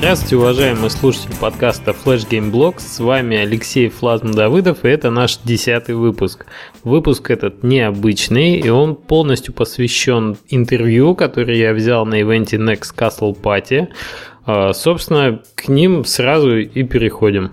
Здравствуйте, уважаемые слушатели подкаста Flash Game Blog. С вами Алексей Флазм-Давыдов, и это наш 10-й выпуск. Выпуск этот необычный, и он полностью посвящен интервью, которое я взял на ивенте Next Castle Party. Собственно, к ним сразу и переходим.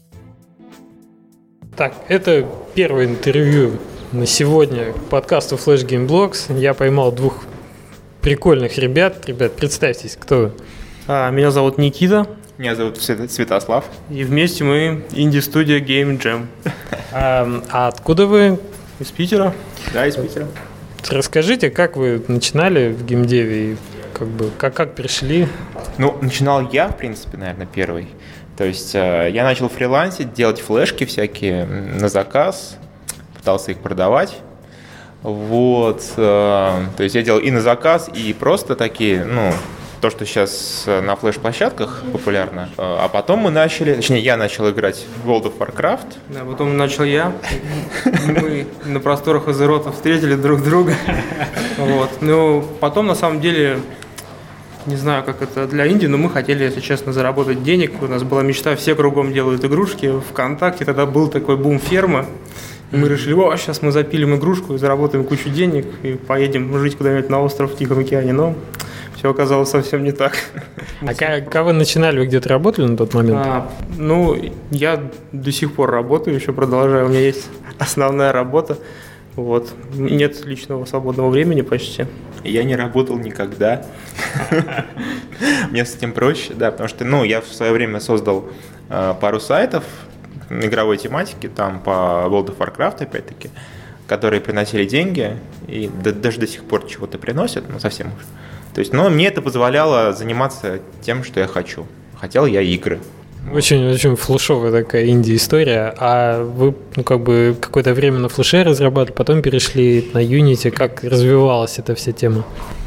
Так, это первое интервью на сегодня к подкасту Flash Game Blogs. Я поймал двух прикольных ребят. Ребят, представьтесь, кто вы? Меня зовут Никита. Меня зовут Святослав. И вместе мы инди-студия Game Jam. А откуда вы? Из Питера. Да, из Питера. Расскажите, как вы начинали в геймдеве и как пришли? Ну, начинал я, в принципе, наверное, первый. То есть я начал фрилансить, делать флешки всякие на заказ, пытался их продавать. Вот. То есть я делал и на заказ, и просто такие, то, что сейчас на флеш-площадках популярно. А потом я начал играть в World of Warcraft. Да, потом начал я. Мы на просторах Азерота встретили друг друга. Вот. Ну, потом, на самом деле, не знаю, как это для инди, но мы хотели, если честно, заработать денег. У нас была мечта, все кругом делают игрушки. ВКонтакте тогда был такой бум фермы. И мы решили, сейчас мы запилим игрушку и заработаем кучу денег и поедем жить куда-нибудь на остров в Тихом океане. Но все оказалось совсем не так. А как вы начинали? Вы где-то работали на тот момент? Я до сих пор работаю, еще продолжаю. У меня есть основная работа. Вот. Нет личного свободного времени почти. Я не работал никогда. Мне с этим проще, да, потому что, я в свое время создал пару сайтов игровой тематики, там по World of Warcraft, опять-таки, которые приносили деньги, и даже до сих пор чего-то приносят, совсем уж. То есть, мне это позволяло заниматься тем, что я хочу. Хотел я игры. Очень флешовая такая инди-история. А вы, какое-то время на флеше разрабатывали, потом перешли на Unity. Как развивалась эта вся тема?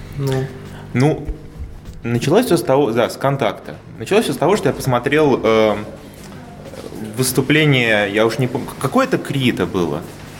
Началось все с того, с контакта. Началось все с того, что я посмотрел выступление, я уж не помню, какое-то Крита было.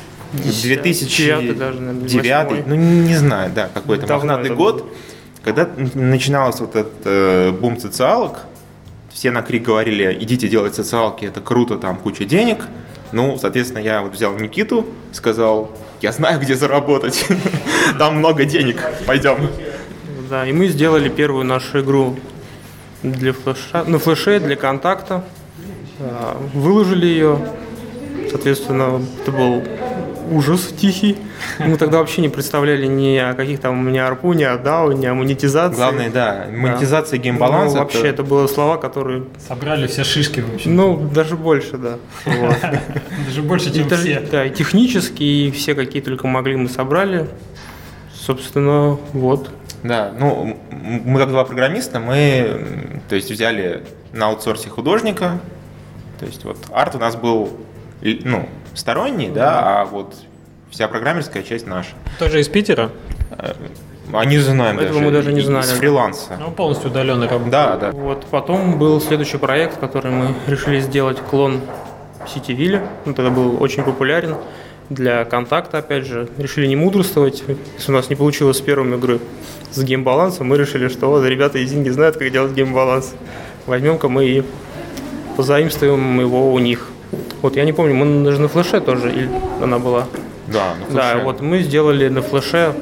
2009, не знаю, да, какой-то мохнатый год, когда начиналось вот этот бум социалок. Все на крик говорили: идите делать социалки, это круто, там куча денег. Соответственно, я взял Никиту, сказал: я знаю, где заработать, там много денег, пойдем. Да, и мы сделали первую нашу игру для флеша, на флеше, для контакта. Выложили ее, соответственно, это был ужас тихий. Мы тогда вообще не представляли ни о каких там ни ARPU, ни о DAO, ни о монетизации. Главное, да, монетизация геймбаланса. Вообще это было слова, которые... Собрали все шишки, в общем. Даже больше, да. Даже больше, чем все. Да, и технически, и все, какие только могли, мы собрали. Собственно, вот. Да, мы как два программиста, то есть взяли на аутсорсе художника. То есть арт у нас был, сторонний, да, а вот вся программерская часть наша. Тоже из Питера? Не знаем этого мы даже не знали. Из фриланса. Полностью удаленный работа. Да. Вот, потом был следующий проект, который мы решили сделать, клон Ситивилля. Тогда был очень популярен для контакта, опять же. Решили не мудрствовать. Если у нас не получилось с первой игры с геймбалансом, мы решили, что ребята из Инди знают, как делать геймбаланс. Возьмем-ка мы и позаимствуем его у них. Вот, я не помню, мы даже на флеше тоже, или она была? Да, на флеше. Да, вот мы сделали на флеше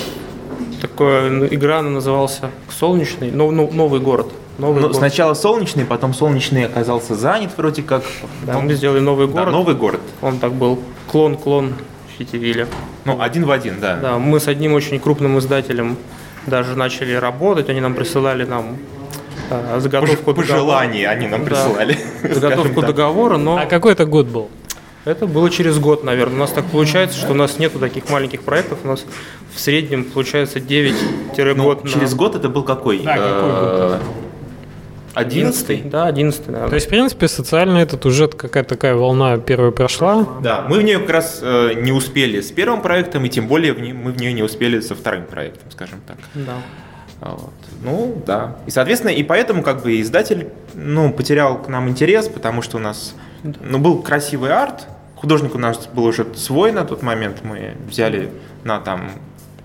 такая игра, она назывался «Солнечный», «Новый город». Город. Сначала «Солнечный», потом «Солнечный» оказался занят вроде как. Да, мы сделали «Новый город». Да, «Новый город». Он так был клон Ситивилля. Один в один, да. Да, мы с одним очень крупным издателем даже начали работать, они нам присылали заготовку пожелания они нам присылали. Заготовку договора, но... А какой это год был? Это было через год, наверное. У нас так получается, что у нас нету таких маленьких проектов. У нас в среднем получается 9-год. Через год это был какой? Да, какой год? 11-й? Да, 11-й, наверное. То есть, в принципе, социально этот уже какая-то такая волна первая прошла. Да, мы в нее как раз не успели с первым проектом, и тем более мы в нее не успели со вторым проектом, скажем так. Да. Да. И, соответственно, и поэтому издатель, потерял к нам интерес, потому что у нас, был красивый арт, художник у нас был уже свой на тот момент, мы взяли на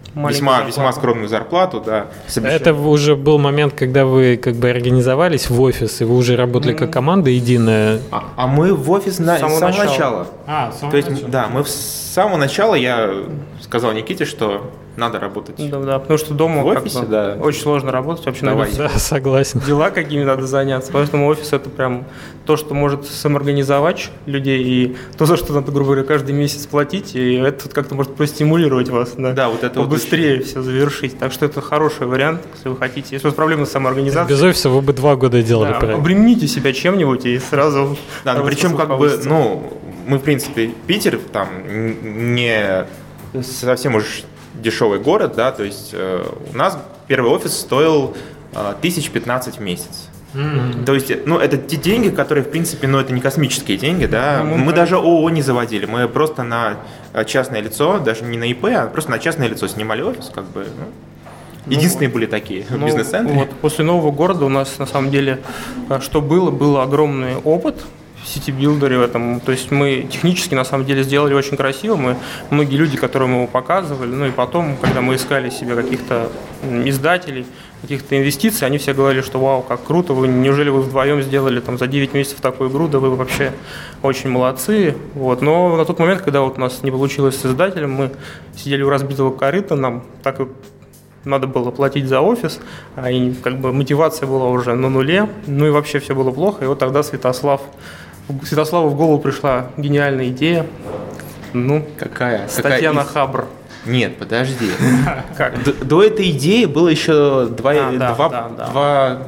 весьма скромную зарплату, да. Это уже был момент, когда вы как бы организовались в офис, и вы уже работали как команда единая? А мы в офис с самого начала. То есть, да, мы с самого начала, я сказал Никите, что надо работать. Да, потому что дома в офисе, да. Очень сложно работать. Вообще, да, согласен. Дела какими надо заняться. Поэтому офис это прям то, что может самоорганизовать людей, и то, за что надо, грубо говоря, каждый месяц платить, и это как-то может простимулировать вас, да, вот это побыстрее все завершить. Так что это хороший вариант, если вы хотите. Если у вас проблемы с самоорганизацией. Без офиса вы бы 2 года делали проект. Обремените себя чем-нибудь и сразу. Да, причем как бы, мы в принципе Питер там не совсем уж дешевый город, да, то есть у нас первый офис стоил 1015 в месяц. То есть, это те деньги, которые, в принципе, это не космические деньги, да. Мы даже ООО не заводили, мы просто на частное лицо, даже не на ИП, а просто на частное лицо снимали офис, как бы. Единственные были такие бизнес-центры. Вот после нового города у нас на самом деле что был огромный опыт в сити-билдере в этом. То есть мы технически на самом деле сделали очень красиво. Многие люди, которым мы его показывали, и потом, когда мы искали себе каких-то издателей, каких-то инвестиций, они все говорили, что вау, как круто, неужели вы вдвоем сделали за 9 месяцев такую игру, да вы вообще очень молодцы. Вот. Но на тот момент, когда у нас не получилось с издателем, мы сидели у разбитого корыта, нам так и надо было платить за офис, и как бы мотивация была уже на нуле, и вообще все было плохо. И вот тогда Святославу в голову пришла гениальная идея. Какая? Статья на Хабр. Нет, подожди. Как? До этой идеи было еще два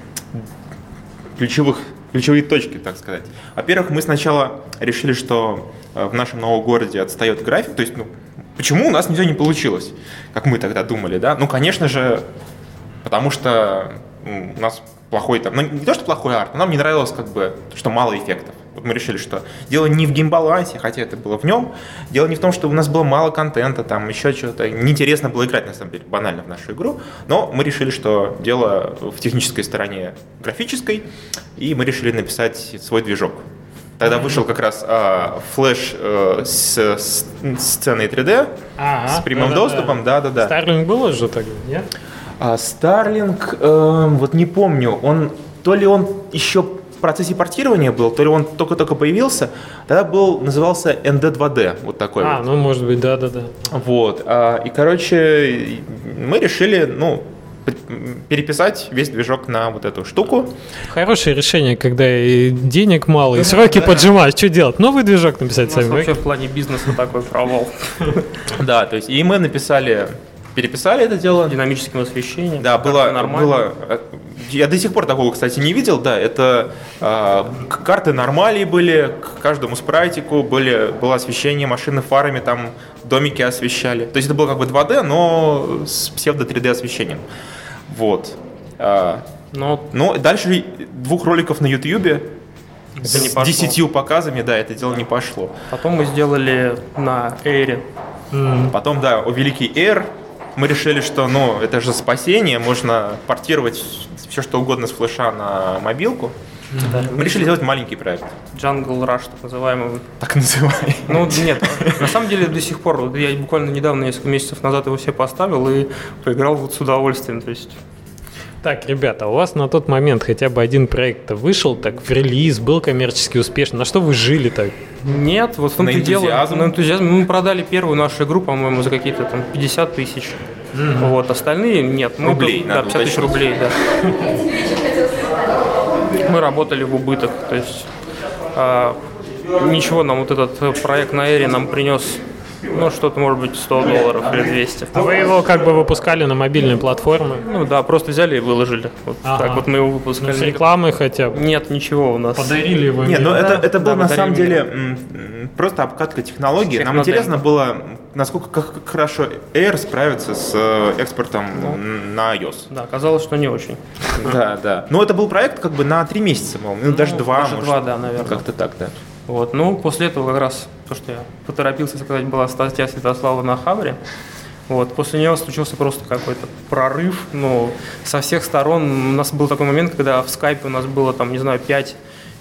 ключевые точки, так сказать. Во-первых, мы сначала решили, что в нашем новом городе отстает график, то есть, почему у нас ничего не получилось, как мы тогда думали, да? Конечно же, потому что у нас плохой не то, что плохой арт, но нам не нравилось, что мало эффектов. Вот мы решили, что дело не в геймбалансе, хотя это было в нем, дело не в том, что у нас было мало контента, еще чего-то, неинтересно было играть, на самом деле, банально в нашу игру, но мы решили, что дело в технической стороне графической, и мы решили написать свой движок. Тогда вышел как раз флеш с сценой 3D, с прямым доступом, да. Starlink был уже тогда, нет? Starlink, не помню, то ли он еще в процессе портирования был, то ли он только-только появился, тогда назывался ND2D, вот такой вот. Может быть, да. Вот, и, короче, мы решили, переписать весь движок на вот эту штуку. Хорошее решение, когда и денег мало, и сроки поджимать. Что делать? Новый движок написать сами? У нас вообще в плане бизнеса такой провал. Да, то есть и мы переписали это дело. Динамическим освещением. Да, было. Я до сих пор такого, кстати, не видел. Да, это карты нормалей были, к каждому спрайтику было освещение, машины фарами, там домики освещали. То есть это было 2D, но с псевдо-3D освещением. Вот. Но дальше 2 роликов на YouTube с 10 показами, да, это дело не пошло. Потом мы сделали на Air. Потом, да, великий Air. Мы решили, что, это же спасение, можно портировать все, что угодно с флеша на мобилку. Да. Мы решили сделать маленький проект. Jungle Rush, так называемый. Так называемый. Нет, на самом деле до сих пор, я буквально недавно, несколько месяцев назад его себе поставил и поиграл с удовольствием, то есть... Так, ребята, у вас на тот момент хотя бы один проект вышел так в релиз, был коммерчески успешный. На что вы жили так? Нет, вот в том-то и дело. На энтузиазм. Мы продали первую нашу игру, по-моему, за какие-то 50 тысяч. Вот, остальные нет. Рублей, да, 50 тысяч рублей, да. Мы работали в убыток, то есть ничего нам вот этот проект на Эре нам принес. Что-то, может быть, $100 или 200. А вы его выпускали на мобильные платформы? Да, просто взяли и выложили. Так вот мы его выпускали. С рекламы хотя бы? Нет, ничего у нас. Подарили его? Нет, это было на самом деле просто обкатка технологии. Нам интересно было, насколько хорошо Air справится с экспортом на iOS. Да, оказалось, что не очень. Да. Но это был проект на 3 месяца, даже 2, может. 2, да, наверное. Как-то так, да. Вот, после этого как раз то, что я поторопился сказать, была статья Святослава на Хабре. Вот, после нее случился просто какой-то прорыв, со всех сторон. У нас был такой момент, когда в скайпе у нас было 5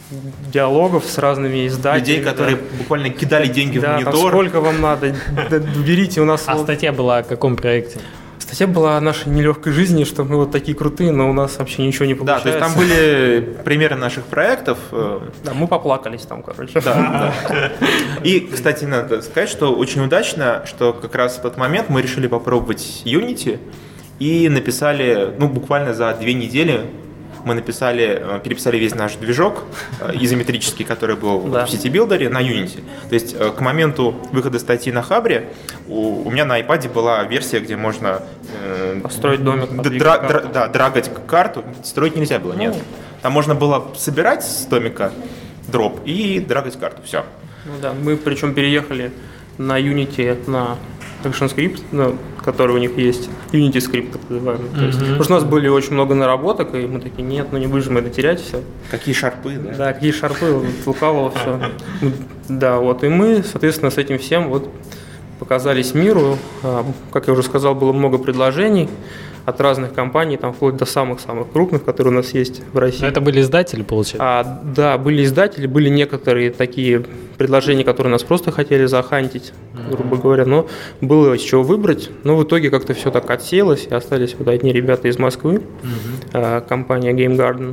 диалогов с разными издателями. Людей, которые буквально кидали деньги в монитор. Там, сколько вам надо, берите у нас. А статья была о каком проекте? Статья была о нашей нелегкой жизни, что мы вот такие крутые, но у нас вообще ничего не получается. Да, то есть там были примеры наших проектов. Да, мы поплакались там, короче. Да. И, кстати, надо сказать, что очень удачно, что как раз в тот момент мы решили попробовать Unity и написали, буквально за 2 недели мы переписали весь наш движок изометрический, который был в CityBuilder на Unity. То есть к моменту выхода статьи на Хабре у меня на iPad была версия, где можно построить домик, драгать карту. Строить нельзя было, нет. Там можно было собирать с домика дроп и драгать карту, все. Мы причем переехали на Unity, на ActionScript, который у них есть, Unity Script, так называемый. Потому что у нас были очень много наработок, и мы такие, нет, не будем это терять все. Какие шарпы, да? Да, какие шарпы, лукавого все. Да, вот, и мы, соответственно, с этим всем показались миру. Как я уже сказал, было много предложений от разных компаний, там вплоть до самых-самых крупных, которые у нас есть в России. Это были издатели, получается? Да, были издатели, были некоторые такие предложения, которые нас просто хотели захантить, грубо говоря, но было из чего выбрать. Но в итоге как-то все так отсеялось, и остались одни ребята из Москвы, компания Game Garden.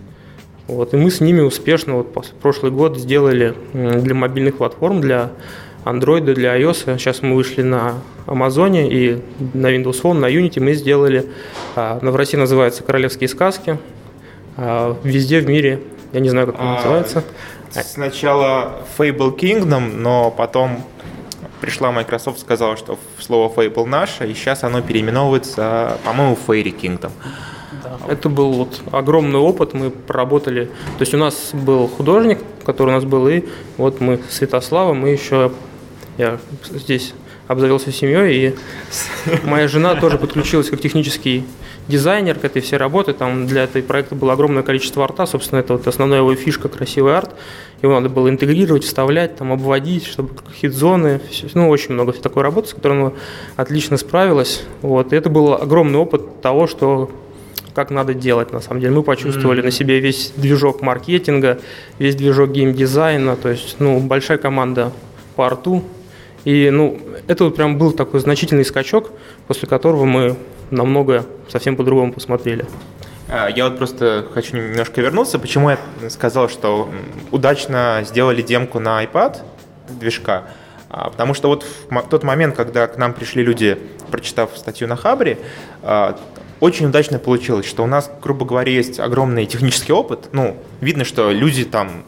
И мы с ними успешно прошлый год сделали для мобильных платформ, для Android, для iOS. Сейчас мы вышли на Амазоне и на Windows Phone, на Unity мы сделали, в России называется «Королевские сказки», везде в мире, я не знаю, как это называется. Сначала Fable Kingdom, но потом пришла Microsoft, сказала, что слово Fable наше, и сейчас оно переименовывается, по-моему, Fairy Kingdom. Да, это был огромный опыт, мы проработали, то есть у нас был художник, который у нас был, и мы с Святославом, я здесь обзавелся семьей, и моя жена тоже подключилась как технический дизайнер к этой всей работе. Там для этого проекта было огромное количество арта, собственно, это основная его фишка, красивый арт. Его надо было интегрировать, вставлять, обводить, чтобы хит-зоны, очень много такой работы, с которой она отлично справилась. И это был огромный опыт того, как надо делать, на самом деле. Мы почувствовали на себе весь движок маркетинга, весь движок геймдизайна, то есть, большая команда по арту. И, это прям был такой значительный скачок, после которого мы намного совсем по-другому посмотрели. Я просто хочу немножко вернуться. Почему я сказал, что удачно сделали демку на iPad движка? Потому что в тот момент, когда к нам пришли люди, прочитав статью на Хабре, очень удачно получилось, что у нас, грубо говоря, есть огромный технический опыт. Видно, что люди там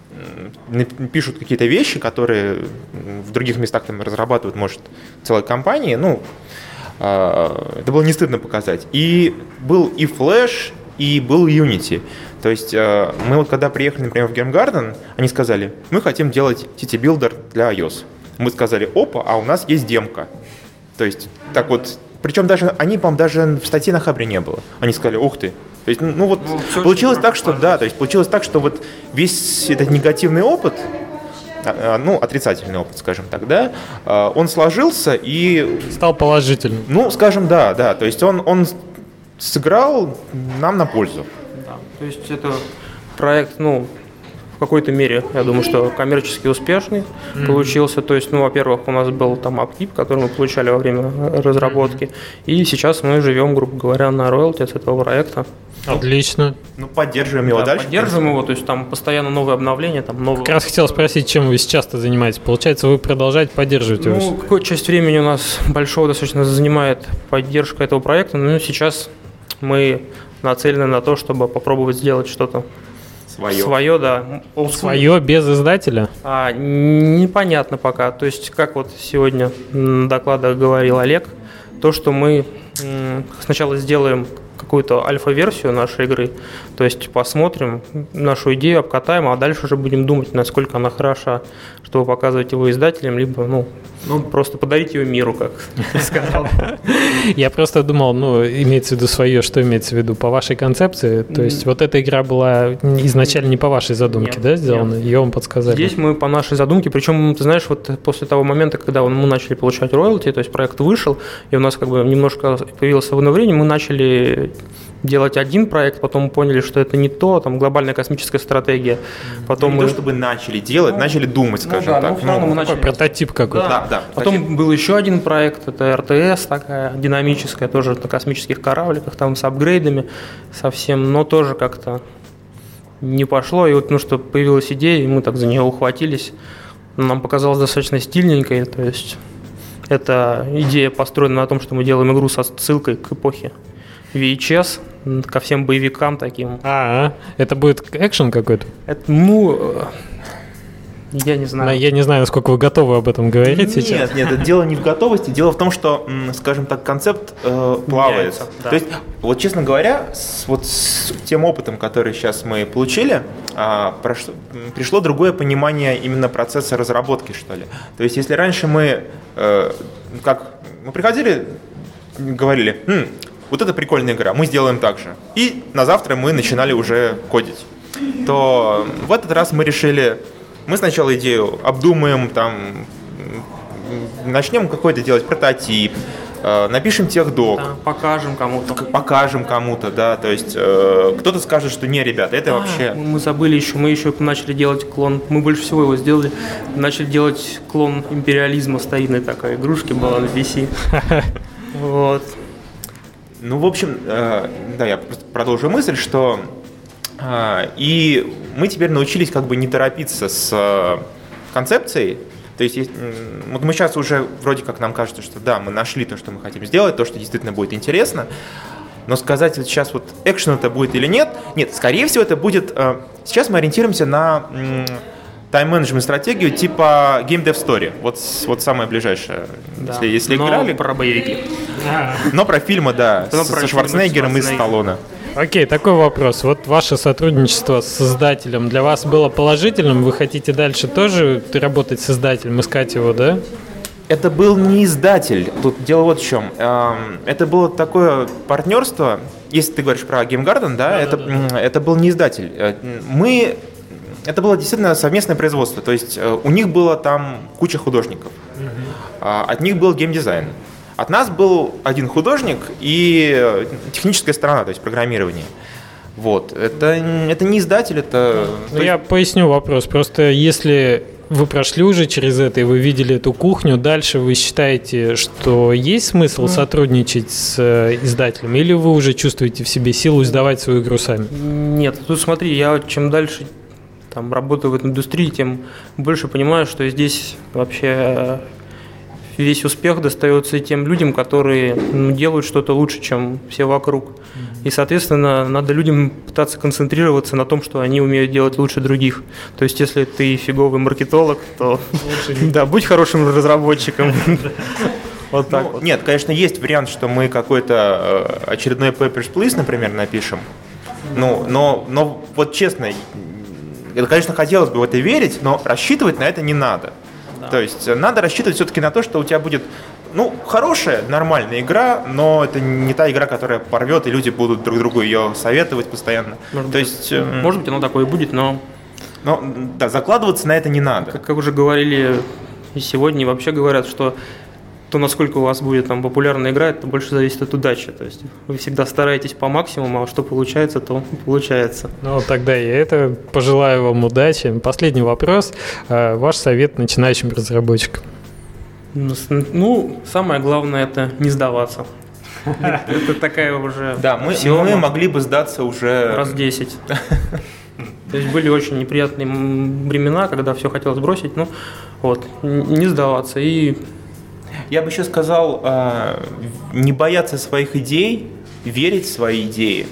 пишут какие-то вещи, которые в других местах разрабатывают, может, целая компания. Это было не стыдно показать. И был и Flash, и был Unity. То есть мы когда приехали, например, в Game Garden, они сказали, мы хотим делать CityBuilder для iOS. Мы сказали, опа, а у нас есть демка. То есть причем даже они, по-моему, даже в статье на Хабре не было. Они сказали, ух ты. То есть, получилось так, что получилось так, что весь этот негативный опыт, отрицательный опыт, скажем так, да, он сложился и стал положительным. Скажем, да. То есть он сыграл нам на пользу. Да. То есть это проект, в какой-то мере, я думаю, что коммерчески успешный получился. То есть, во-первых, у нас был там аптип, который мы получали во время разработки, и сейчас мы живем, грубо говоря, на роялти с этого проекта. Отлично. Поддерживаем его дальше. Поддерживаем его, то есть там постоянно новые обновления, новые. Как раз хотел спросить, чем вы сейчас-то занимаетесь. Получается, вы продолжаете поддерживать его? Какую часть времени у нас большого достаточно занимает поддержка этого проекта, но сейчас мы нацелены на то, чтобы попробовать сделать что-то свое, да. Свое без издателя? Непонятно пока. То есть, как сегодня на докладах говорил Олег, то, что мы сначала сделаем какую-то альфа-версию нашей игры, то есть посмотрим нашу идею, обкатаем, а дальше уже будем думать, насколько она хороша, чтобы показывать его издателям, либо просто подарить ее миру, как ты сказал. Я просто думал, имеется в виду свое, что имеется в виду по вашей концепции, то есть эта игра была изначально не по вашей задумке, да, сделана, ее вам подсказали? Здесь мы по нашей задумке, причем, ты знаешь, после того момента, когда мы начали получать роялти, то есть проект вышел, и у нас немножко появилось свободное время, мы начали делать один проект, потом мы поняли, что это не то, там глобальная космическая стратегия. Потом не то, чтобы начали делать, начали думать, скажем так. все равно мы начали. Прототип какой-то. Да. Потом был еще один проект, это РТС такая, динамическая, тоже на космических корабликах, там с апгрейдами совсем, но тоже как-то не пошло. И вот, что появилась идея, и мы так за нее ухватились. Нам показалось достаточно стильненькой, то есть эта идея построена на том, что мы делаем игру со ссылкой к эпохе VHS, ко всем боевикам таким. Это будет экшен какой-то? Это, я не знаю. Я не знаю, насколько вы готовы об этом говорить сейчас. Нет, это дело не в готовности, дело в том, что, скажем так, концепт плавает. Да. То есть, вот честно говоря, с тем опытом, который сейчас мы получили, пришло другое понимание именно процесса разработки, что ли. То есть, если раньше мы приходили, говорили, вот это прикольная игра, мы сделаем так же. И на завтра мы начинали уже кодить. То в этот раз мы решили, мы сначала идею обдумаем, там, начнем какой-то делать прототип, напишем техдок. Да, покажем кому-то. Да, то есть кто-то скажет, что не, ребята, это вообще... Мы забыли еще, мы начали делать клон, мы больше всего его сделали, начали делать клон империализма, старинной такой игрушки была на PC. Вот. Ну, в общем, да, я просто продолжу мысль, что и мы теперь научились как бы не торопиться с концепцией. То есть вот мы сейчас уже вроде как нам кажется, что да, мы нашли то, что мы хотим сделать, то, что действительно будет интересно. Но сказать вот сейчас вот экшен это будет или нет, скорее всего это будет... Сейчас мы ориентируемся на тайм-менеджмент стратегию типа Game Dev Story. Вот самое ближайшее. Да. Если но играли... про боевики. Но про фильмы, да, со Шварценеггером и Сталлоне. Окей, такой вопрос. Вот ваше сотрудничество с создателем для вас было положительным? Вы хотите дальше тоже работать с издателем, искать его, да? Это был не издатель. Тут дело вот в чем. Это было такое партнерство. Если ты говоришь про Game Garden, да, это был не издатель. Это было действительно совместное производство. То есть у них было там куча художников. От них был геймдизайн. От нас был один художник и техническая сторона, то есть программирование. Вот. Это не издатель, это... Я поясню вопрос. Просто если вы прошли уже через это и вы видели эту кухню, дальше вы считаете, что есть смысл сотрудничать с издателем, или вы уже чувствуете в себе силу издавать свою игру сами? Нет, тут смотри, я чем дальше там работаю в этой индустрии, тем больше понимаю, что здесь вообще... Весь успех достается тем людям, которые делают что-то лучше, чем все вокруг. И, соответственно, надо людям пытаться концентрироваться на том, что они умеют делать лучше других. То есть, если ты фиговый маркетолог, то да, будь хорошим разработчиком. Вот так вот. Нет, конечно, есть вариант, что мы какой-то очередной Papers, Please, например, напишем. Но вот честно, это, конечно, хотелось бы в это верить, но рассчитывать на это не надо. То есть надо рассчитывать все-таки на то, что у тебя будет хорошая, нормальная игра, но это не та игра, которая порвет, и люди будут друг другу ее советовать постоянно. Может быть, оно такое и будет, но да, закладываться на это не надо. Как уже говорили и сегодня, и вообще говорят, что то, насколько у вас будет там популярная игра, это больше зависит от удачи. То есть вы всегда стараетесь по максимуму, а что получается, то получается. Тогда я пожелаю вам удачи. Последний вопрос. Ваш совет начинающим разработчикам? Самое главное – это не сдаваться. Это такая уже... Да, мы могли бы сдаться уже... Раз 10. То есть были очень неприятные времена, когда все хотелось бросить. Не сдаваться. И я бы еще сказал, не бояться своих идей, верить в свои идеи.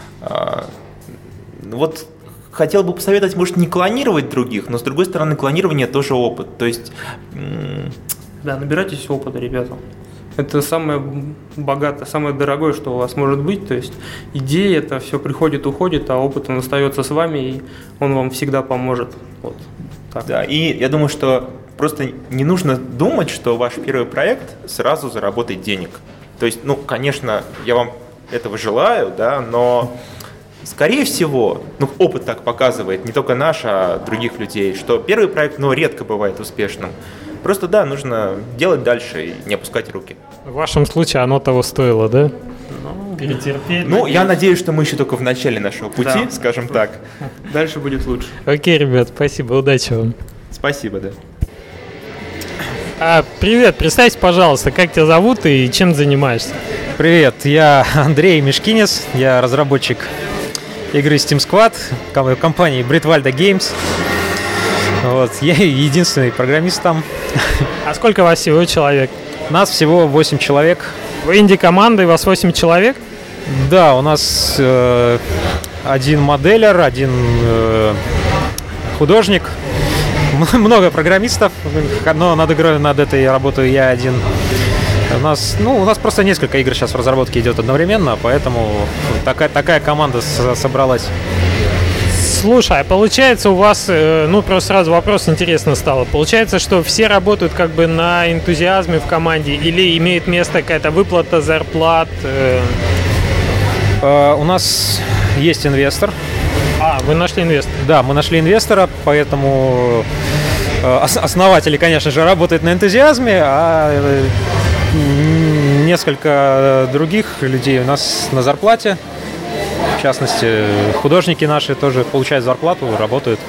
Вот хотел бы посоветовать, может, не клонировать других, но, с другой стороны, клонирование тоже опыт. То есть... Да, набирайтесь опыта, ребята. Это самое богатое, самое дорогое, что у вас может быть. То есть идеи, это все приходит, уходит, а опыт, он остается с вами, и он вам всегда поможет. Вот так. Да, и я думаю, что просто не нужно думать, что ваш первый проект сразу заработает денег. То есть, конечно, я вам этого желаю, да, но, скорее всего, опыт так показывает, не только наш, а других людей, что первый проект, редко бывает успешным. Просто, да, нужно делать дальше и не опускать руки. В вашем случае оно того стоило, да? перетерпеть. Ну, я надеюсь, что мы еще только в начале нашего пути, Да. скажем так. Дальше будет лучше. Окей, ребят, спасибо, удачи вам. Спасибо, да. Привет, представься, пожалуйста, как тебя зовут и чем занимаешься? Привет, я Андрей Мишкинец, я разработчик игры Steam Squad компании Britvalda Games. Вот, я единственный программист там. А сколько вас всего человек? Нас всего 8 человек. Вы инди-команда, и вас 8 человек? Да, у нас один моделер, один художник, много программистов, но над этой работаю я один. У нас просто несколько игр сейчас в разработке идет одновременно, поэтому такая команда собралась. Слушай, а получается у вас, просто сразу вопрос интересно стало. Получается, что все работают как бы на энтузиазме в команде или имеет место какая-то выплата зарплат? У нас есть инвестор. Вы нашли инвестора? Да, мы нашли инвестора, поэтому основатели, конечно же, работают на энтузиазме, а несколько других людей у нас на зарплате. В частности, художники наши тоже получают зарплату, работают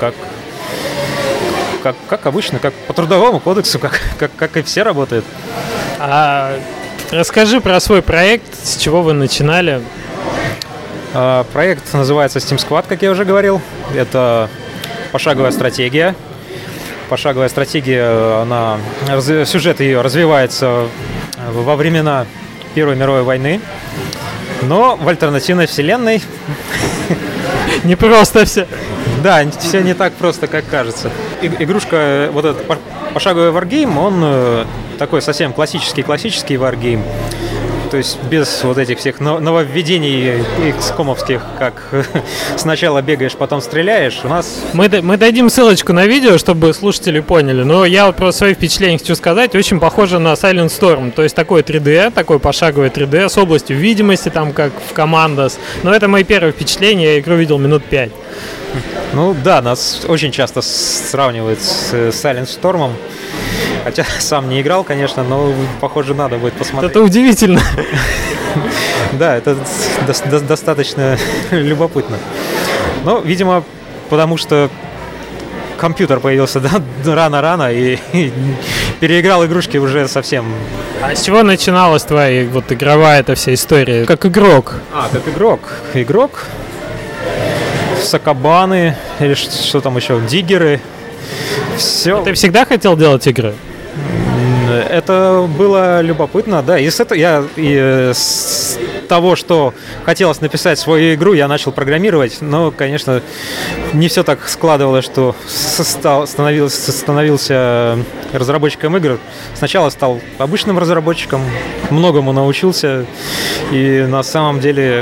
как обычно, как по трудовому кодексу, как и все работают. Расскажи про свой проект, с чего вы начинали. Проект называется Steam Squad, как я уже говорил. Это пошаговая стратегия. Пошаговая стратегия, сюжет ее развивается во времена Первой мировой войны, но в альтернативной вселенной. Не просто все. Да, все не так просто, как кажется. Игрушка, вот этот пошаговый варгейм, он такой совсем классический варгейм. То есть без вот этих всех нововведений XCOM-овских, как сначала бегаешь, потом стреляешь. У нас... Мы дадим ссылочку на видео, чтобы слушатели поняли. Но я вот про свои впечатления хочу сказать. Очень похоже на Silent Storm. То есть такое 3D, такое пошаговое 3D с областью видимости, там как в Commandos. Но это мои первые впечатления. Я игру видел минут 5. Ну да, нас очень часто сравнивают с Silent Storm'ом. Хотя сам не играл, конечно, но, похоже, надо будет посмотреть. Это удивительно. Да, это достаточно любопытно. Но, видимо, потому что компьютер появился рано-рано и переиграл игрушки уже совсем. А с чего начиналась твоя вот игровая эта вся история? Как игрок? Как игрок. Игрок. Сокобаны, или что там еще, диггеры. Все. Ты всегда хотел делать игры? Это было любопытно, да. И с того, что хотелось написать свою игру, я начал программировать. Но, конечно, не все так складывалось, что становился разработчиком игр. Сначала стал обычным разработчиком, многому научился. И на самом деле...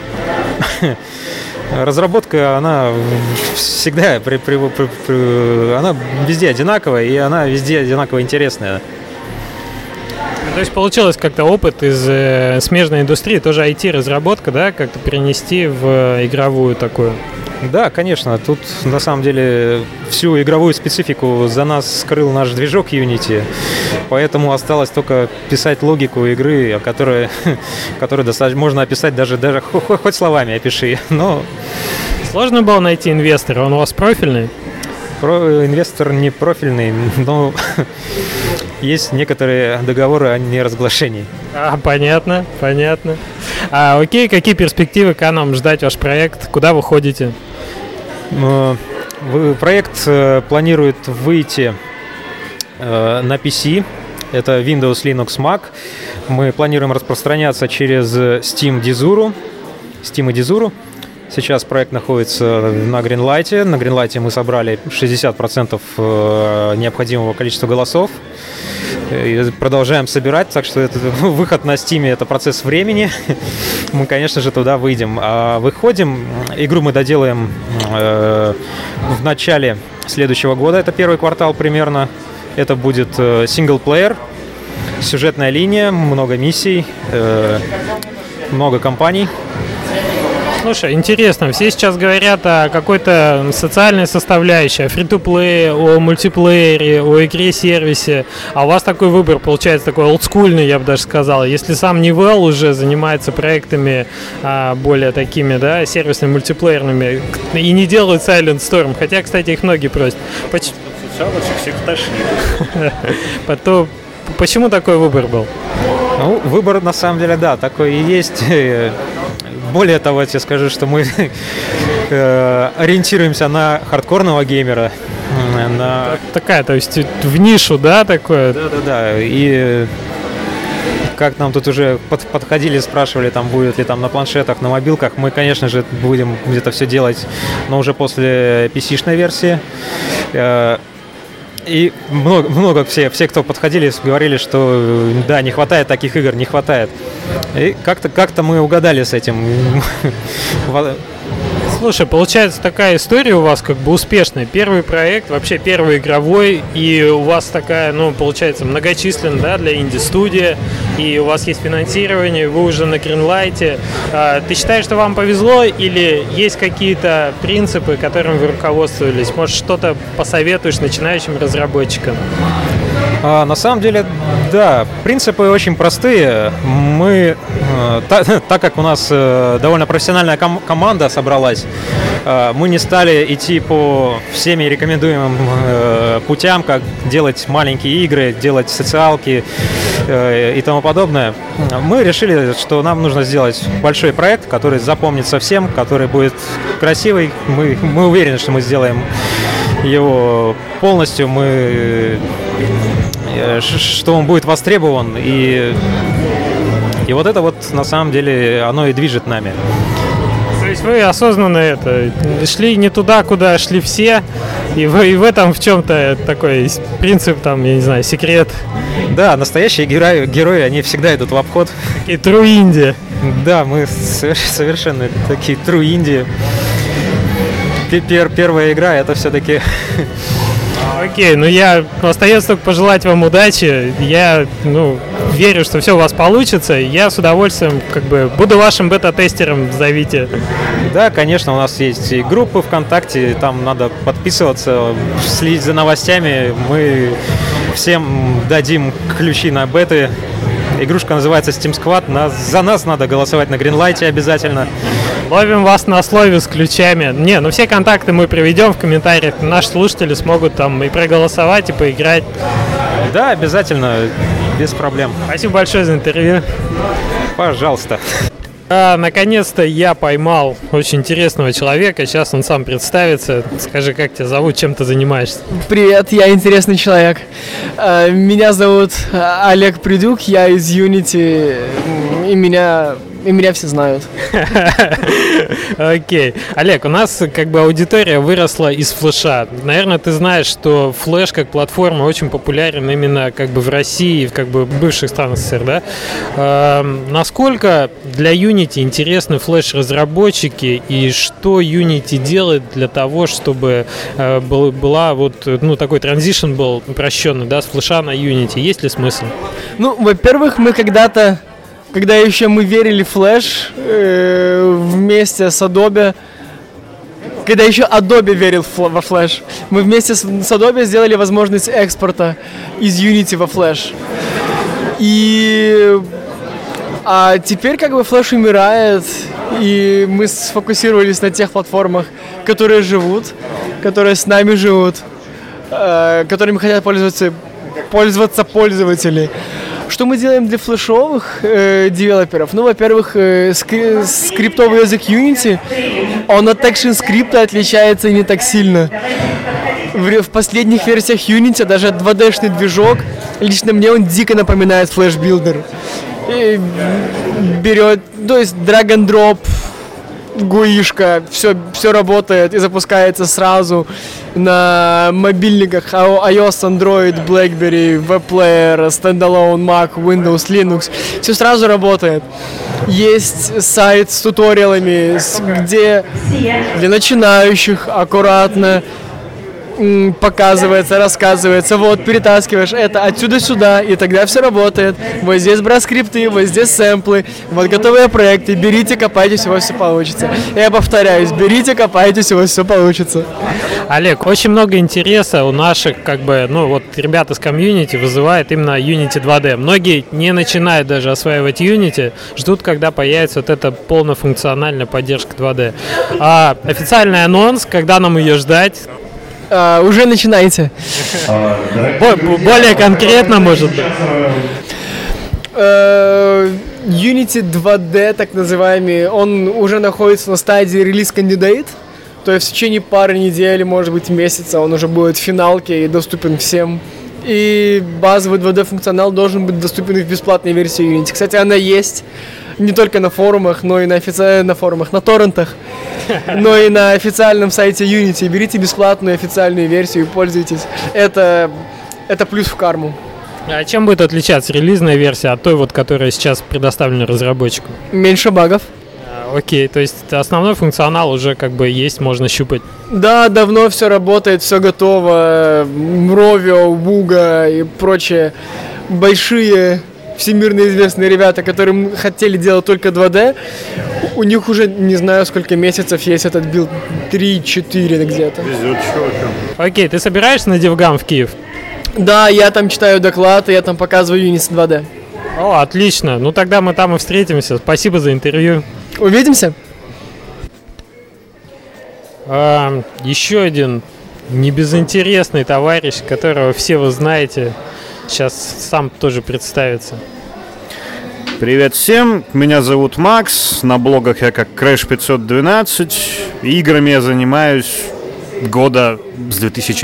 Разработка, она всегда, она везде одинаковая, и она везде одинаково интересная. То есть получилось как-то опыт из смежной индустрии, тоже IT-разработка, да, как-то перенести в игровую такую? Да, конечно. Тут, на самом деле, всю игровую специфику за нас скрыл наш движок Unity, поэтому осталось только писать логику игры, которую достаточно можно описать даже хоть словами опиши. Но сложно было найти инвестора? Он у вас профильный? Инвестор не профильный, но есть некоторые договоры о неразглашении. Понятно. Окей, какие перспективы, как нам ждать ваш проект? Куда вы ходите? Проект планирует выйти на PC. Это Windows, Linux, Mac. Мы планируем распространяться через Steam и Dizuru. Сейчас проект находится на Greenlight. На Greenlight мы собрали 60% необходимого количества голосов. И продолжаем собирать, так что выход на Steam — это процесс времени. Мы, конечно же, туда выйдем. Выходим, игру мы доделаем в начале следующего года, это первый квартал примерно. Это будет синглплеер, сюжетная линия, много миссий, много компаний. Слушай, интересно, все сейчас говорят о какой-то социальной составляющей, о фри-то-плее, о мультиплеере, о игре-сервисе, а у вас такой выбор получается такой олдскульный, я бы даже сказал. Если сам Nivell уже занимается проектами более такими, да, сервисными, мультиплеерными, и не делают Silent Storm, хотя, кстати, их многие просят. Всех тошнит. Почему такой выбор был? Ну, выбор, на самом деле, да, такой и есть. Более того, я тебе скажу, что мы ориентируемся на хардкорного геймера. Такая, то есть в нишу, да, такое? Да. И как нам тут уже подходили, спрашивали, там будет ли там на планшетах, на мобилках, мы, конечно же, будем где-то все делать, но уже после PC-шной версии. И много все, кто подходили, говорили, что да, не хватает таких игр, не хватает. И как-то мы угадали с этим. Слушай, получается такая история у вас как бы успешная. Первый проект, вообще первый игровой, и у вас такая, ну, получается, многочисленная, да, для инди-студия, и у вас есть финансирование, вы уже на Greenlight. Ты считаешь, что вам повезло, или есть какие-то принципы, которыми вы руководствовались? Может, что-то посоветуешь начинающим разработчикам? На самом деле, да, принципы очень простые. Мы, так как у нас довольно профессиональная команда собралась, мы не стали идти по всеми рекомендуемым путям, как делать маленькие игры, делать социалки и тому подобное. Мы решили, что нам нужно сделать большой проект, который запомнится всем, который будет красивый. Мы уверены, что мы сделаем его полностью, что он будет востребован, и вот это вот на самом деле оно и движет нами. То есть вы осознанно шли не туда, куда шли все, и в этом в чем-то такой принцип, там, я не знаю, секрет. Да, настоящие герои, они всегда идут в обход. Такие true indie. Да, мы совершенно такие true indie. Первая игра — это все-таки... Окей, остается только пожелать вам удачи. Я, верю, что все у вас получится. Я с удовольствием, буду вашим бета-тестером, зовите. Да, конечно, у нас есть и группы ВКонтакте, там надо подписываться, следить за новостями. Мы всем дадим ключи на беты. Игрушка называется Steam Squad. За нас надо голосовать на Greenlight обязательно. Ловим вас на слове с ключами. Все контакты мы приведем в комментариях. Наши слушатели смогут там и проголосовать, и поиграть. Да, обязательно, без проблем. Спасибо большое за интервью. Пожалуйста. Наконец-то я поймал очень интересного человека. Сейчас он сам представится. Скажи, как тебя зовут, чем ты занимаешься? Привет, я интересный человек. Меня зовут Олег Придюк, я из Unity, и меня все знают. Окей. Олег, у нас аудитория выросла из флеша. Наверное, ты знаешь, что флеш как платформа очень популярен именно в России, в бывших странах СССР, да? Насколько для Unity интересны флеш-разработчики и что Unity делает для того, чтобы была такой транзишн был упрощенный, да, с флеша на Unity? Есть ли смысл? Во-первых, мы когда еще мы верили в Flash вместе с Adobe, когда еще Adobe верил во Flash, мы вместе с Adobe сделали возможность экспорта из Unity во Flash. А теперь Flash умирает, и мы сфокусировались на тех платформах, которые живут, которые с нами живут, которыми хотят пользоваться пользователи. Что мы делаем для флешовых девелоперов? Во-первых, скриптовый язык Unity, он от ActionScript отличается не так сильно. В последних версиях Unity даже 2D-шный движок, лично мне он дико напоминает Flash Builder. Берет, то есть drag and drop, гуишка, все работает и запускается сразу на мобильниках iOS, Android, BlackBerry, WebPlayer, Standalone, Mac, Windows, Linux. Все сразу работает. Есть сайт с туториалами, где для начинающих аккуратно показывается, рассказывается, вот, перетаскиваешь это отсюда сюда, и тогда все работает. Вот здесь брат-скрипты, вот здесь сэмплы, вот готовые проекты, берите, копайтесь, у вас все получится. Я повторяюсь, берите, копайтесь, у вас все получится. Олег, очень много интереса у наших, ребят из комьюнити вызывает именно Unity 2D. Многие не начинают даже осваивать Unity, ждут, когда появится вот эта полнофункциональная поддержка 2D. А официальный анонс, когда нам ее ждать? Уже начинайте. Более конкретно, может быть. Unity 2D, так называемый, он уже находится на стадии релиз-кандидат. То есть в течение пары недель, может быть, месяца он уже будет в финалке и доступен всем. И базовый 2D-функционал должен быть доступен и в бесплатной версии Unity. Кстати, она есть не только на форумах, но и на форумах, на торрентах, но и на официальном сайте Unity. Берите бесплатную официальную версию и пользуйтесь. Это плюс в карму. А чем будет отличаться релизная версия от той, которая сейчас предоставлена разработчику? Меньше багов. Окей, то есть основной функционал уже есть, можно щупать. Да, давно все работает, все готово. Rovio, Vuga и прочие большие всемирно известные ребята, которые хотели делать только 2D, у них уже не знаю сколько месяцев есть этот билд, 3-4 где-то. Везет чувакам. Окей, ты собираешься на DevGam в Киев? Да, я там читаю доклад, и я там показываю Unity 2D. О, отлично. Ну тогда мы там и встретимся. Спасибо за интервью. Увидимся. Еще один небезынтересный товарищ, которого все вы знаете, сейчас сам тоже представится. Привет всем, меня зовут Макс, на блогах я как Crash 512, играми я занимаюсь года с 2000,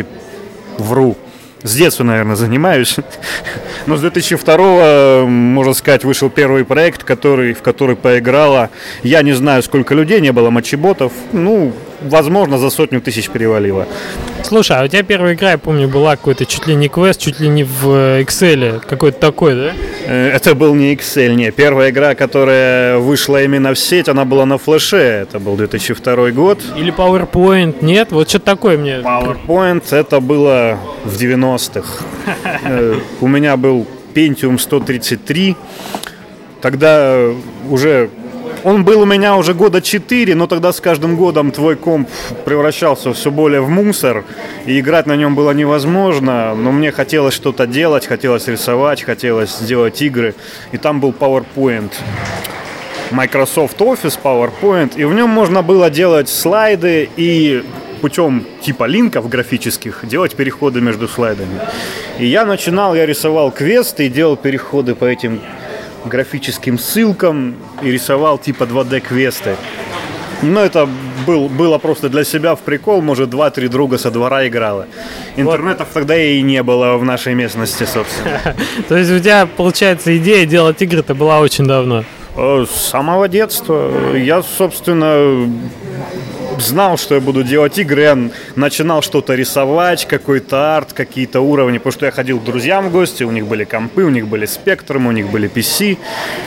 с детства, наверное, занимаюсь, но с 2002, можно сказать, вышел первый проект, в который поиграло, я не знаю, сколько людей, не было матчеботов, возможно, за 100 тысяч перевалило. Слушай, а у тебя первая игра, я помню, была какой-то чуть ли не квест, чуть ли не в Excel, какой-то такой, да? Это был не Excel, не. Первая игра, которая вышла именно в сеть, она была на флеше, это был 2002 год. Или PowerPoint, нет? Вот что-то такое мне. PowerPoint, это было в 90-х. У меня был Pentium 133, тогда уже... Он был у меня уже года 4, но тогда с каждым годом твой комп превращался все более в мусор, и играть на нем было невозможно, но мне хотелось что-то делать, хотелось рисовать, хотелось делать игры, и там был PowerPoint. Microsoft Office, PowerPoint, и в нем можно было делать слайды и путем типа линков графических делать переходы между слайдами. И я рисовал квесты и делал переходы по этим графическим ссылкам и рисовал типа 2D-квесты. Но это было просто для себя в прикол, может 2-3 друга со двора играло. Интернетов тогда и не было в нашей местности, собственно. То есть у тебя, получается, идея делать игры-то была очень давно? С самого детства. Я, собственно, знал, что я буду делать игры, я начинал что-то рисовать, какой-то арт, какие-то уровни, потому что я ходил к друзьям в гости, у них были компы, у них были спектрумы, у них были PC.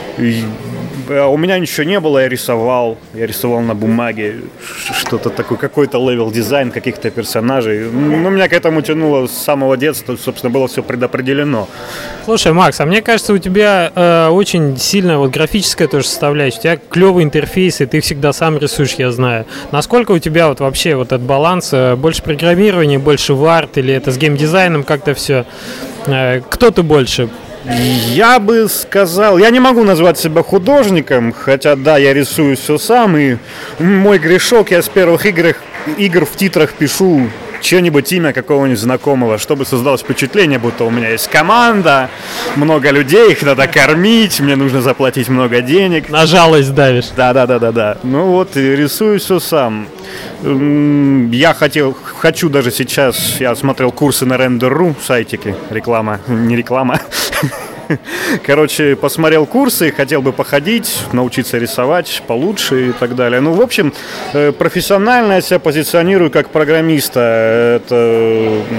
У меня ничего не было, я рисовал на бумаге что-то такое, какой-то левел-дизайн каких-то персонажей. Меня к этому тянуло с самого детства, собственно, было все предопределено. Слушай, Макс, а мне кажется, у тебя очень сильная графическая тоже составляющая, у тебя клевый интерфейс, и ты всегда сам рисуешь, я знаю. Насколько у тебя вообще этот баланс, больше программирования, больше в арт, или это с геймдизайном как-то все? Кто ты больше? Я бы сказал, я не могу назвать себя художником, хотя да, я рисую все сам, и мой грешок, я с первых игр в титрах пишу чье-нибудь имя какого-нибудь знакомого, чтобы создалось впечатление, будто у меня есть команда, много людей, их надо кормить, мне нужно заплатить много денег. На жалость давишь. Да. Рисую все сам. Я хочу даже сейчас, я смотрел курсы на Render.ru, сайтики, не реклама. Короче, посмотрел курсы, хотел бы походить, научиться рисовать получше и так далее. В общем, профессионально я себя позиционирую как программиста.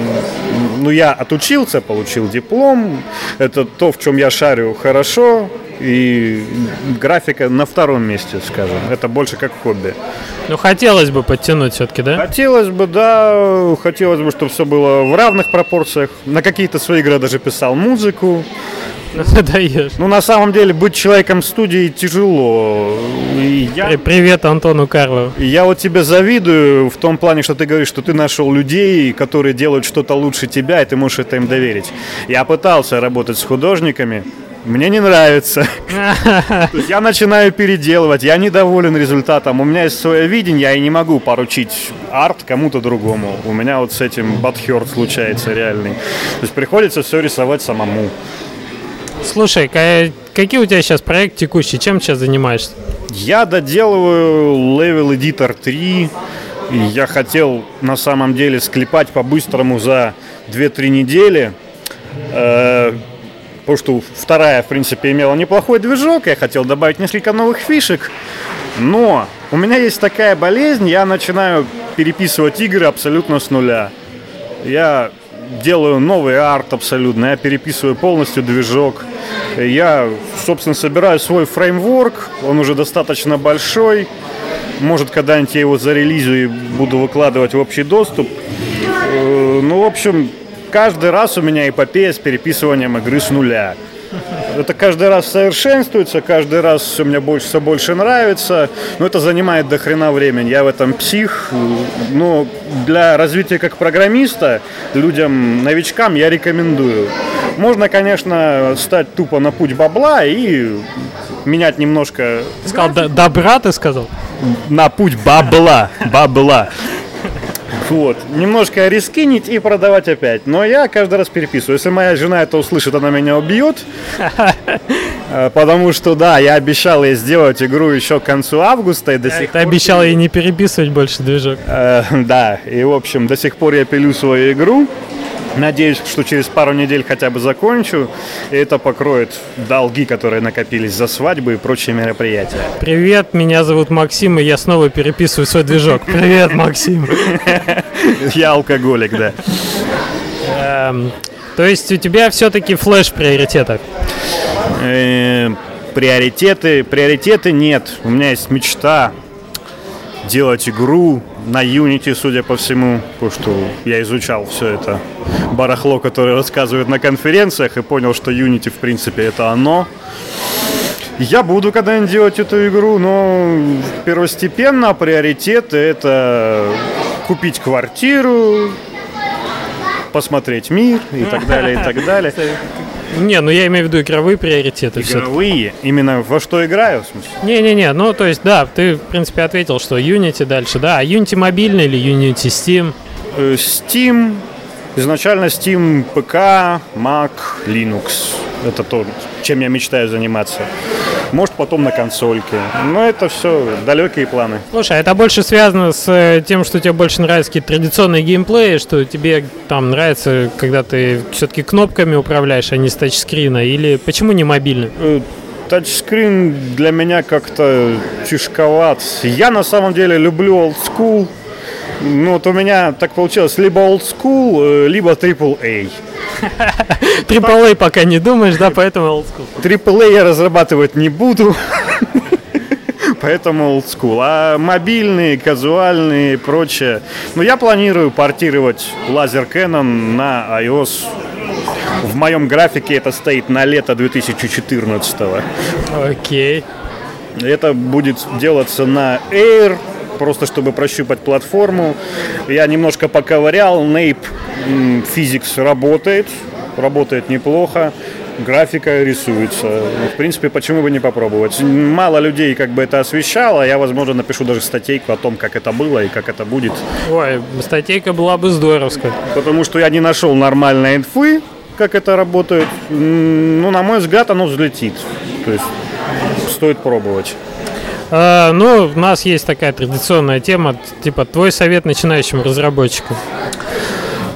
Я отучился, получил диплом. Это то, в чем я шарю хорошо. и графика на втором месте, скажем. Это больше как хобби. Ну, хотелось бы подтянуть все-таки, да? Хотелось бы, да. Хотелось бы, чтобы все было в равных пропорциях. На какие-то свои игры даже писал музыку. Даешь. Ну, на самом деле, быть человеком в студии тяжело. Привет Антону Карлову. Я вот тебе завидую в том плане, что ты говоришь, что ты нашел людей, которые делают что-то лучше тебя, и ты можешь это им доверить. Я пытался работать с художниками. Мне не нравится. То есть я начинаю переделывать, я недоволен результатом. У меня есть свое видение, я и не могу поручить арт кому-то другому. У меня вот с этим бадхёрт случается реальный. То есть приходится все рисовать самому. Слушай, какие у тебя сейчас проекты текущие? Чем сейчас занимаешься? Я доделываю Level Editor 3. И я хотел на самом деле склепать по-быстрому за 2-3 недели. Потому что вторая, в принципе, имела неплохой движок. Я хотел добавить несколько новых фишек. Но у меня есть такая болезнь. Я начинаю переписывать игры абсолютно с нуля. Я делаю новый арт абсолютно. Я переписываю полностью движок. Я, собственно, собираю свой фреймворк. Он уже достаточно большой. Может, когда-нибудь я его зарелизю и буду выкладывать в общий доступ. Ну, в общем, каждый раз у меня эпопея с переписыванием игры с нуля. Это каждый раз совершенствуется, каждый раз все мне все больше нравится. Но это занимает до хрена времени. Я в этом псих. Но для развития как программиста, людям, новичкам я рекомендую. Можно, конечно, стать тупо на путь бабла и менять немножко... Ты сказал добра, ты сказал? На путь бабла. Вот. Немножко рискинить и продавать опять. Но я каждый раз переписываю. Если моя жена это услышит, она меня убьет. Потому что, да, я обещал ей сделать игру еще к концу августа. И до сих пор... Ты обещал ей не переписывать больше движок. Да, и, в общем, до сих пор я пилю свою игру. Надеюсь, что через пару недель хотя бы закончу, и это покроет долги, которые накопились за свадьбы и прочие мероприятия. Привет, меня зовут Максим, и я снова переписываю свой движок. Привет, Максим. Я алкоголик, да. То есть у тебя все-таки флеш в приоритетах? Приоритеты нет. У меня есть мечта делать игру на Unity, судя по всему, потому что я изучал все это барахло, которое рассказывают на конференциях, и понял, что Unity, в принципе, это оно. Я буду когда-нибудь делать эту игру, но первостепенно приоритеты — это купить квартиру, посмотреть мир и так далее, и так далее. Не, ну я имею в виду игровые приоритеты. Игровые? Именно во что играю, в смысле? Не-не-не, ну то есть, да, ты, в принципе, ответил, что Unity дальше, да. А Unity мобильный или Unity Steam? Steam. Изначально Steam, ПК, Mac, Linux. Это то, чем я мечтаю заниматься. Может, потом на консольке. Но это все далекие планы. Слушай, это больше связано с тем, что тебе больше нравятся какие-то традиционные геймплеи, что тебе там нравится, когда ты все-таки кнопками управляешь, а не с тачскрина? Или почему не мобильный? Тачскрин для меня как-то тяжковат. Я на самом деле люблю old school. Ну вот у меня так получилось либо old school, либо AAA. AAA пока не думаешь, да, поэтому old school. AAA я разрабатывать не буду, поэтому old school. А мобильные, казуальные и прочее. Но я планирую портировать Laser Cannon на iOS. В моем графике это стоит на лето 2014-го. Окей. Это будет делаться на Air, просто чтобы прощупать платформу. Я немножко поковырял. Nape Physics работает неплохо. Графика рисуется. В принципе, почему бы не попробовать? Мало людей как бы это освещало. Я, возможно, напишу даже статейку о том, как это было и как это будет. Ой, статейка была бы здоровская. Потому что я не нашел нормальной инфы, как это работает. Ну, на мой взгляд, оно взлетит. То есть стоит пробовать. Ну, у нас есть такая традиционная тема, типа твой совет начинающим разработчикам.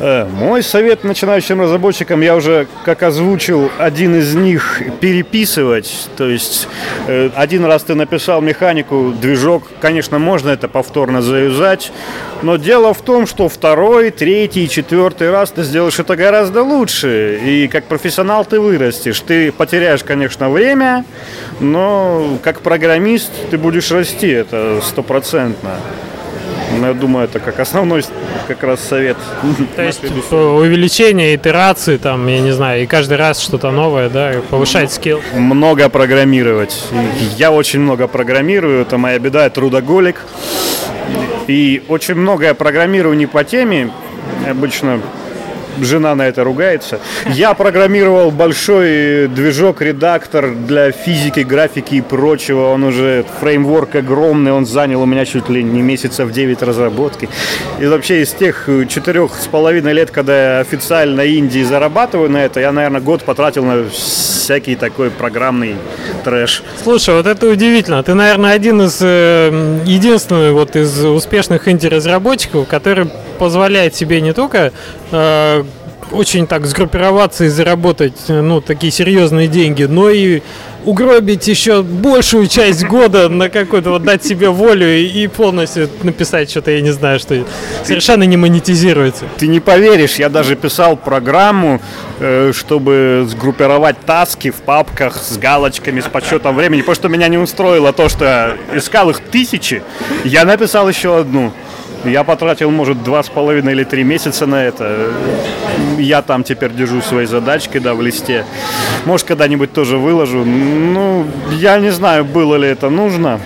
Мой совет начинающим разработчикам, я уже, как озвучил, один из них переписывать. То есть один раз ты написал механику, движок, конечно, можно это повторно заюзать, но дело в том, что второй, третий, четвертый раз ты сделаешь это гораздо лучше. И как профессионал ты вырастешь. Ты потеряешь, конечно, время, но как программист ты будешь расти, это 100%. Я думаю, это как основной как раз совет. То есть увеличение итераций, там, я не знаю, и каждый раз что-то новое, да, повышать скилл. Много программировать. Я очень много программирую, это моя беда, я трудоголик. И очень многое программирую не по теме, обычно жена на это ругается. Я программировал большой движок-редактор для физики, графики и прочего. Он уже, фреймворк огромный, он занял у меня чуть ли не месяцев 9 разработки. И вообще из тех 4,5 лет, когда я официально Индии зарабатываю на это, я, наверное, год потратил на всякий такой программный трэш. Слушай, вот это удивительно. Ты, наверное, один из единственный вот из успешных инди-разработчиков, который позволяет себе не только очень так сгруппироваться и заработать, ну, такие серьезные деньги, но и угробить еще большую часть года на какую-то, вот дать себе волю и полностью написать что-то, я не знаю, что совершенно не монетизируется. Ты не поверишь, я даже писал программу, чтобы сгруппировать таски в папках с галочками, с подсчетом времени, потому что меня не устроило то, что я искал их 1000, я написал еще одну. Я потратил, может, 2,5 или 3 месяца на это. Я там теперь держу свои задачки, да, в листе. Может, когда-нибудь тоже выложу. Ну, я не знаю, было ли это нужно.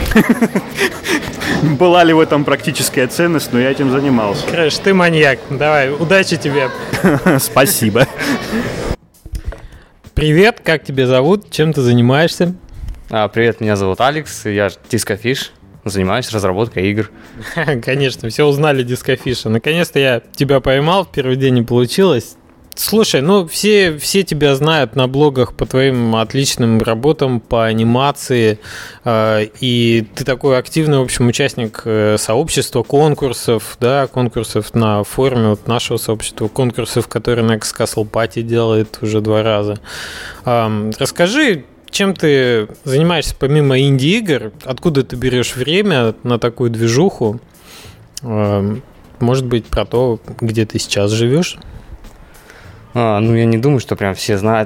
Была ли в этом практическая ценность, но я этим занимался. Крэш, ты маньяк. Давай, удачи тебе. Спасибо. Привет, как тебя зовут? Чем ты занимаешься? Привет, меня зовут Алекс, я Discofish. Занимаюсь разработкой игр. Конечно, все узнали Discofish. Наконец-то я тебя поймал, в первый день не получилось. Слушай, ну все тебя знают на блогах по твоим отличным работам по анимации, и ты такой активный, в общем, участник сообщества конкурсов, да, конкурсов на форуме вот нашего сообщества, конкурсов, которые Next Castle Party делает уже 2 раза. Расскажи, чем ты занимаешься помимо инди-игр? Откуда ты берешь время на такую движуху? Может быть, про то, где ты сейчас живешь? Ну, я не думаю, что прям все знают.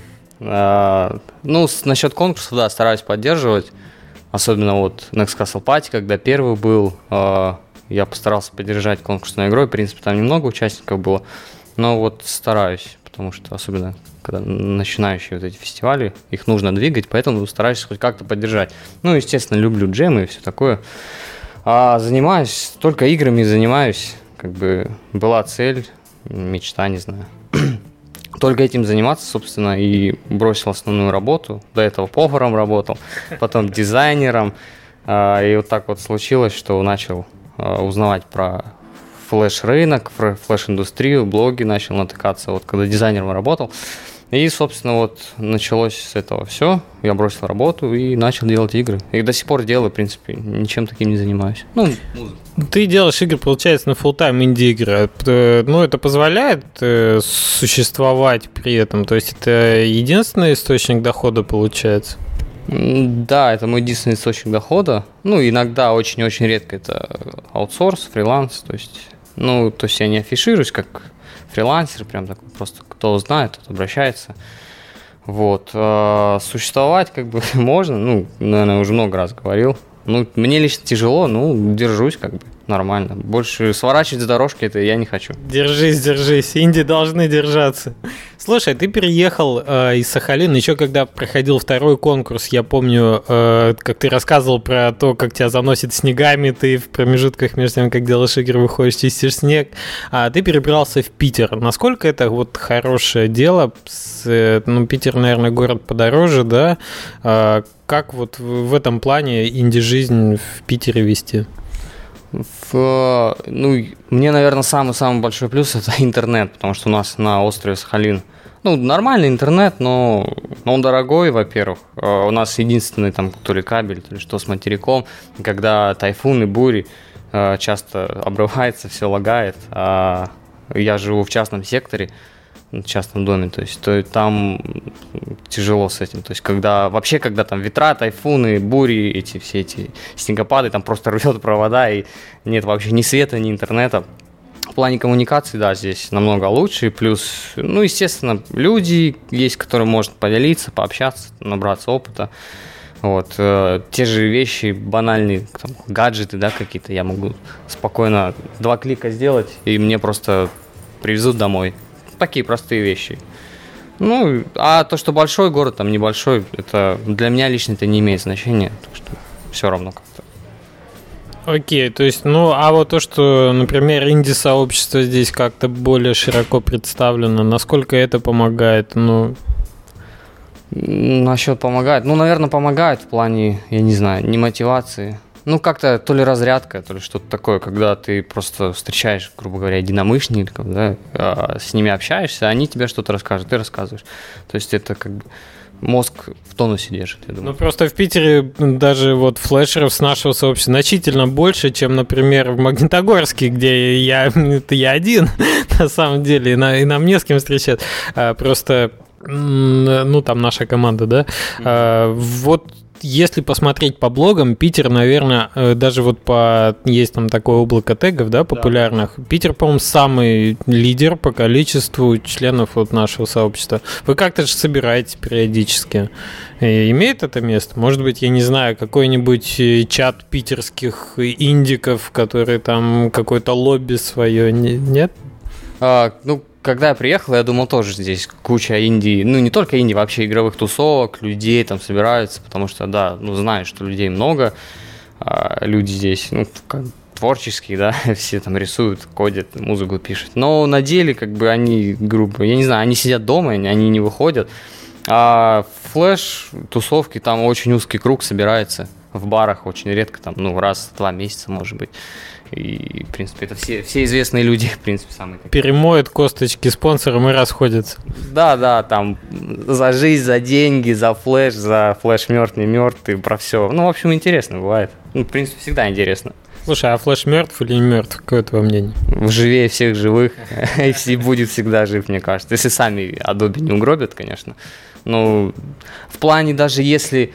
Ну, насчет конкурсов, да, стараюсь поддерживать. Особенно вот Next Castle Party, когда первый был, я постарался поддержать конкурсную игру. В принципе, там немного участников было. Но вот стараюсь, потому что особенно когда начинающие вот эти фестивали, их нужно двигать, поэтому стараюсь хоть как-то поддержать. Ну, естественно, люблю джемы и все такое. Занимаюсь только играми, занимаюсь, как бы была цель, мечта, не знаю. Только этим заниматься, собственно, и бросил основную работу. До этого поваром работал, потом дизайнером. И вот так вот случилось, что начал узнавать про флеш-рынок, флеш-индустрию, блоги начал натыкаться, вот когда дизайнером работал. И, собственно, вот началось с этого все. Я бросил работу и начал делать игры. И до сих пор делаю, в принципе, ничем таким не занимаюсь. Ну, ты делаешь игры, получается, на фулл-тайм инди-игры. Ну, это позволяет существовать при этом? То есть это единственный источник дохода, получается? Да, это мой единственный источник дохода. Ну, иногда, очень-очень редко это аутсорс, фриланс. То есть я не афишируюсь как фрилансер, прям такой, просто кто знает, тот обращается. Вот. Существовать как бы можно, ну, наверное, уже много раз говорил. Ну, мне лично тяжело, ну, держусь как бы нормально. Больше сворачивать с дорожки это я не хочу. Держись. Инди должны держаться. Слушай, ты переехал из Сахалина еще когда проходил второй конкурс. Я помню, как ты рассказывал про то, как тебя заносит снегами. Ты в промежутках между тем, как делаешь игры, выходишь, чистишь снег. А ты перебрался в Питер. Насколько это вот хорошее дело? Питер, наверное, город подороже, да? Как вот в этом плане инди-жизнь в Питере вести? Мне, наверное, самый большой плюс – это интернет, потому что у нас на острове Сахалин, нормальный интернет, но он дорогой, во-первых. У нас единственный там то ли кабель, то ли что с материком. Когда тайфуны, бури, часто обрывается, все лагает. Я живу в частном секторе, в частном доме, то есть там тяжело с этим. То есть когда там ветра, тайфуны, бури, все эти снегопады, там просто рвет провода, и нет вообще ни света, ни интернета. В плане коммуникации, да, здесь намного лучше, и плюс, естественно, люди есть, которые можно поделиться, пообщаться, набраться опыта. Вот. Те же вещи банальные, там, гаджеты, да, какие-то, я могу спокойно 2 клика сделать, и мне просто привезут домой. Такие простые вещи. А то, что большой город, там небольшой, это для меня лично это не имеет значения, так что все равно как-то. Окей, то есть, а вот то, что, например, инди-сообщество здесь как-то более широко представлено, насколько это помогает, Насчет помогает? Наверное, помогает в плане, я не знаю, не мотивации. Как-то то ли разрядка, то ли что-то такое, когда ты просто встречаешь, грубо говоря, единомышленников, да, с ними общаешься, они тебе что-то расскажут, ты рассказываешь. То есть это как бы мозг в тонусе держит, я думаю. Просто в Питере даже вот флешеров с нашего сообщества значительно больше, чем, например, в Магнитогорске, где я один, на самом деле, и нам не с кем встречать. Просто, там наша команда, да. Вот если посмотреть по блогам, Питер, наверное, даже вот есть там такое облако тегов, да, популярных. Да. Питер, по-моему, самый лидер по количеству членов вот нашего сообщества. Вы как-то же собираете периодически. Имеет это место? Может быть, я не знаю, какой-нибудь чат питерских индиков, которые там какое-то лобби свое, нет? Когда я приехал, я думал, тоже здесь куча инди, не только инди, вообще игровых тусовок, людей там собираются, потому что, да, знаешь, что людей много, люди здесь, творческие, да, все там рисуют, кодят, музыку пишут, но на деле, как бы, они, грубо, я не знаю, они сидят дома, они не выходят, а флеш-тусовки, там очень узкий круг собирается, в барах очень редко, там, раз в 2 месяца, может быть. И, в принципе, это все известные люди, в принципе, самые такие. Перемоют косточки спонсорам и расходятся. Да, там за жизнь, за деньги, за флеш мертв, не мертв, и про все. В общем, интересно бывает. В принципе, всегда интересно. Слушай, а флеш мертв или не мертв? Какое твое мнение? Живее всех живых, и будет всегда жив, мне кажется. Если сами Adobe не угробят, конечно. В плане даже если...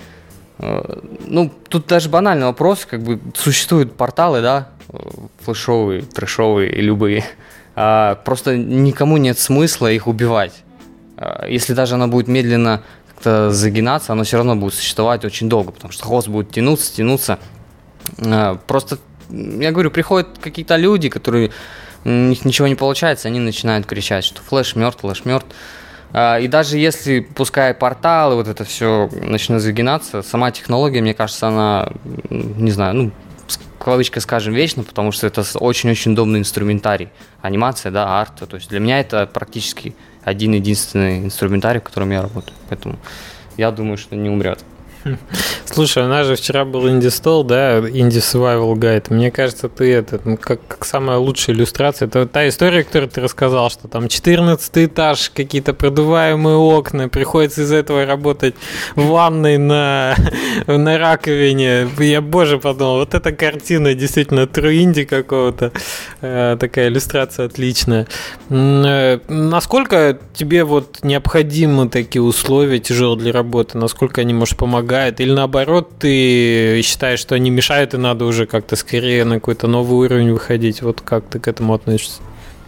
тут даже банальный вопрос, как бы существуют порталы, да, флешовые, трэшовые, любые. Просто никому нет смысла их убивать. Если даже она будет медленно как-то загинаться, она все равно будет существовать очень долго, потому что хвост будет тянуться. Просто, я говорю, приходят какие-то люди, которые у них ничего не получается, они начинают кричать, что флеш мертв. И даже если, пускай порталы, вот это все начнет загинаться, сама технология, мне кажется, она, не знаю, кавычка скажем, вечно, потому что это очень-очень удобный инструментарий. Анимация, да, арт. То есть для меня это практически один-единственный инструментарий, в котором я работаю. Поэтому я думаю, что не умрет. Слушай, у нас же вчера был инди-стол, да, Indie Survival Guide. Мне кажется, ты как самая лучшая иллюстрация. Это та история, которую ты рассказал, что там 14 этаж, какие-то продуваемые окна, приходится из-за этого работать в ванной на раковине. Я, боже, подумал, вот эта картина действительно true инди какого-то. Такая иллюстрация отличная. Насколько тебе вот необходимы такие условия тяжелые для работы? Насколько они, может, помогают? Или наоборот, ты считаешь, что они мешают, и надо уже как-то скорее на какой-то новый уровень выходить? Вот как ты к этому относишься?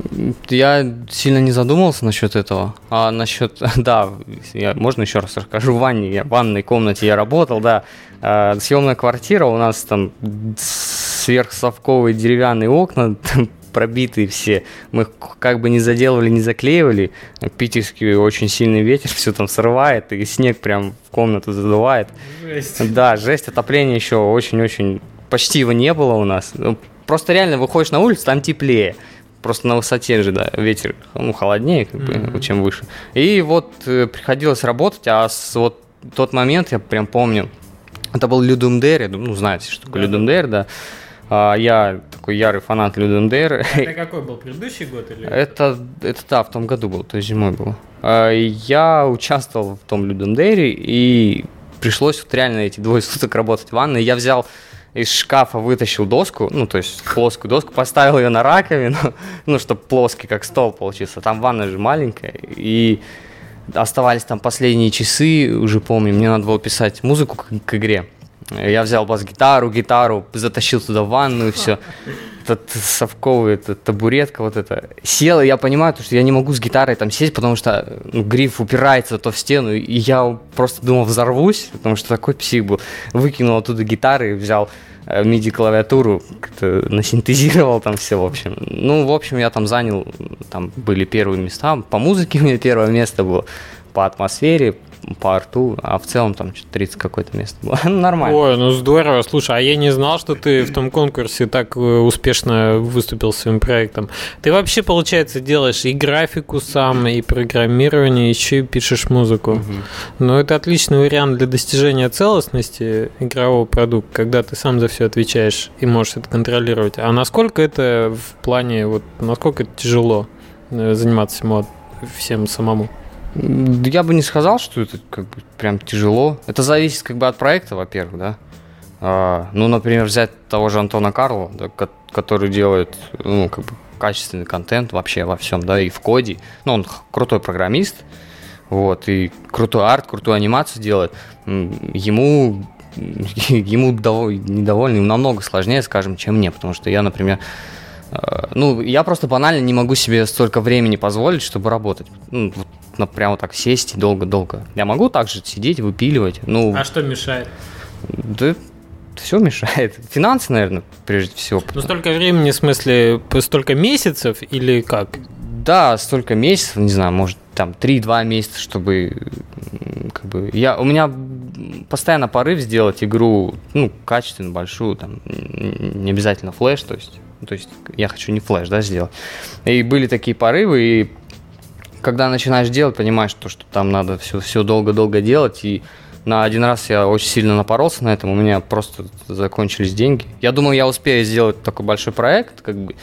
Я сильно не задумывался насчет этого. А насчет, да, можно еще раз расскажу, в ванной комнате я работал, да. Съемная квартира, у нас там сверхсовковые деревянные окна, пробитые все. Мы как бы не заделывали, не заклеивали. Питерский очень сильный ветер, все там срывает, и снег прям в комнату задувает. Жесть. Да, жесть. Отопление еще очень-очень... Почти его не было у нас. Просто реально выходишь на улицу, там теплее. Просто на высоте же, да, ветер холоднее, как бы, чем выше. И вот приходилось работать, а вот тот момент, я прям помню, это был Ludum Dare, я думаю, знаете, что такое Ludum Dare, да. Я такой ярый фанат Ludum Dare. Это какой был, предыдущий год? Или? Это да, в том году был, то есть зимой было. Я участвовал в том Ludum Dare, и пришлось вот реально эти 2 суток работать в ванной. Я взял из шкафа вытащил доску, ну, то есть плоскую доску, поставил ее на раковину, ну, чтобы плоский, как стол получился. Там ванна же маленькая, и оставались там последние часы, уже помню, мне надо было писать музыку к игре. Я взял бас-гитару, затащил туда ванну и все. Этот совковый, табуретка вот это. Сел, и я понимаю, что я не могу с гитарой там сесть, потому что гриф упирается то в стену, и я просто думал, взорвусь, потому что такой псих был. Выкинул оттуда гитары, взял MIDI-клавиатуру, насинтезировал там все, в общем. Ну, в общем, я там занял, там были первые места, по музыке у меня первое место было, по атмосфере, по арту, а в целом там 30 какое-то место было. Нормально. Ой, ну здорово. Слушай, а я не знал, что ты в том конкурсе так успешно выступил своим проектом. Ты вообще, получается, делаешь и графику сам, и программирование, еще и пишешь музыку. Но это отличный вариант для достижения целостности игрового продукта, когда ты сам за все отвечаешь и можешь это контролировать. А насколько это в плане, вот насколько это тяжело заниматься всем самому? Я бы не сказал, что это как бы прям тяжело. Это зависит как бы от проекта, во-первых, да. Ну, например, взять того же Антона Карлова, да, который делает, ну, как бы качественный контент вообще во всем, да, и в коде. Ну, он крутой программист, вот, и крутой арт, крутую анимацию делает. Ему недовольный, намного сложнее, скажем, чем мне, потому что я, например, ну, я просто банально не могу себе столько времени позволить, чтобы работать. Ну, вот, прямо так сесть и долго-долго. Я могу также сидеть, выпиливать. Ну, а что мешает? Да все мешает. Финансы, наверное, прежде всего. Ну, столько времени, в смысле, столько месяцев или как? Да, столько месяцев, не знаю, может, там 3-2 месяца, чтобы как бы... У меня постоянно порыв сделать игру, ну, качественную, большую, там, не обязательно флеш, то есть я хочу не флеш, да, сделать. И были такие порывы, и когда начинаешь делать, понимаешь, что там надо все долго-долго делать, и на один раз я очень сильно напоролся на этом, у меня просто закончились деньги. Я думал, я успею сделать такой большой проект, как бы,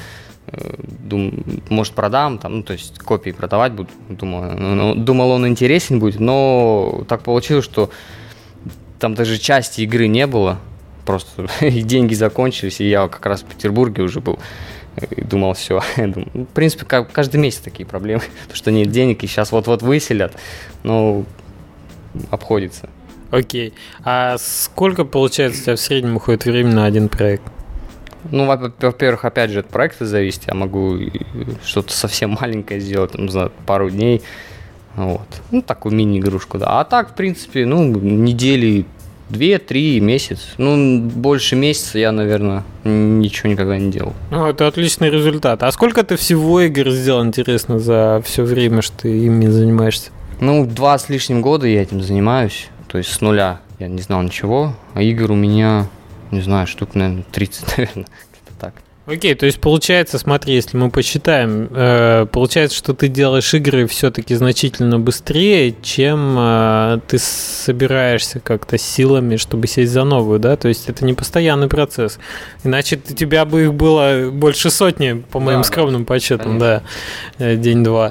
может, продам, там, ну, то есть копии продавать буду, думал, он интересен будет, но так получилось, что там даже части игры не было, просто и деньги закончились, и я как раз в Петербурге уже был. И думал, все. В принципе, каждый месяц такие проблемы. То, что нет денег, и сейчас вот-вот выселят. Ну, обходится. Окей. А сколько, получается, у тебя в среднем уходит времени на один проект? Ну, во-первых, опять же, от проекта зависит. Я могу что-то совсем маленькое сделать, там, за пару дней. Вот. Ну, такую мини-игрушку, да. А так, в принципе, ну, недели 2-3 месяц. Ну, больше месяца я, наверное, ничего никогда не делал. Ну, это отличный результат. А сколько ты всего игр сделал, интересно, за все время, что ты ими занимаешься? Ну, 2 с лишним года я этим занимаюсь. То есть с нуля я не знал ничего. А игр у меня, не знаю, штук, наверное, 30, наверное. Где-то так. Окей, то есть получается, смотри, если мы посчитаем, получается, что ты делаешь игры все-таки значительно быстрее, чем ты собираешься как-то силами, чтобы сесть за новую, да? То есть это не постоянный процесс. Иначе у тебя бы их было больше сотни, по моим скромным подсчетам, да, день-два.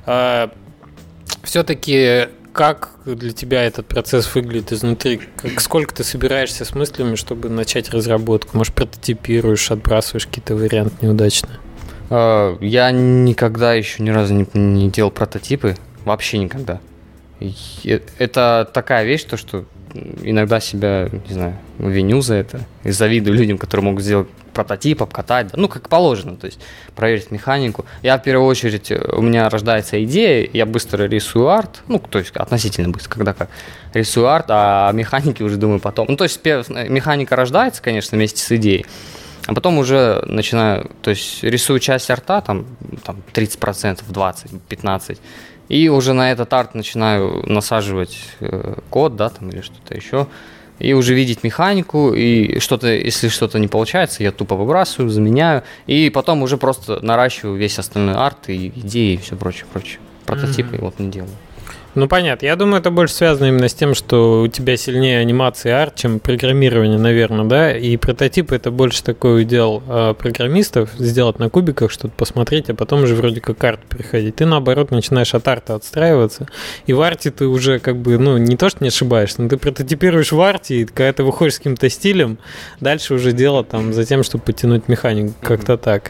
Все-таки как для тебя этот процесс выглядит изнутри? Сколько ты собираешься с мыслями, чтобы начать разработку? Может, прототипируешь, отбрасываешь какие-то варианты неудачные? Я никогда еще ни разу не делал прототипы. Вообще никогда. Это такая вещь, то, что иногда себя, не знаю, виню за это. И завидую людям, которые могут сделать прототип, обкатать, ну, как положено, то есть проверить механику. Я, в первую очередь, у меня рождается идея, я быстро рисую арт, ну, то есть относительно быстро, когда как рисую арт, а механики уже думаю потом. Ну, то есть механика рождается, конечно, вместе с идеей, а потом уже начинаю, то есть рисую часть арта, там 30%, 20%, 15%, и уже на этот арт начинаю насаживать код, да, там, или что-то еще, и уже видеть механику, и что-то, если что-то не получается, я тупо выбрасываю, заменяю, и потом уже просто наращиваю весь остальной арт, и идеи, и все прочее. Прототипы вот не делаю. Ну, понятно. Я думаю, это больше связано именно с тем, что у тебя сильнее анимация и арт, чем программирование, наверное, да? И прототипы — это больше такой удел программистов, сделать на кубиках что-то, посмотреть, а потом уже вроде как арт переходить. Ты, наоборот, начинаешь от арта отстраиваться, и в арте ты уже как бы, ну, не то, что не ошибаешься, но ты прототипируешь в арте, и когда ты выходишь с каким-то стилем, дальше уже дело там за тем, чтобы подтянуть механику, как-то так.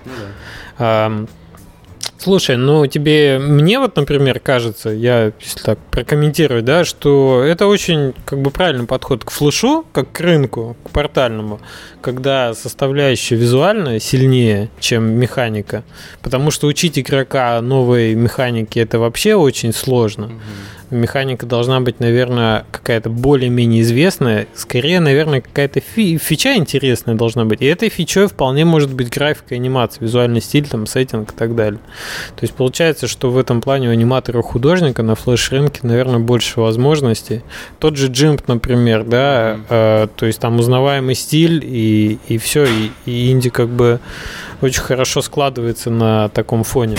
Слушай, ну мне вот, например, кажется, я, если так прокомментирую, да, что это очень как бы правильный подход к флешу, как к рынку, к портальному, когда составляющая визуальная сильнее, чем механика, потому что учить игрока новой механике это вообще очень сложно. Механика должна быть, наверное, какая-то более-менее известная. Скорее, наверное, какая-то фича интересная должна быть. И этой фичой вполне может быть графика, анимация, визуальный стиль, там, сеттинг и так далее. То есть получается, что в этом плане у аниматора-художника на флеш-рынке, наверное, больше возможностей. Тот же Jimp, например, да, то есть там узнаваемый стиль и все, и инди как бы очень хорошо складывается на таком фоне.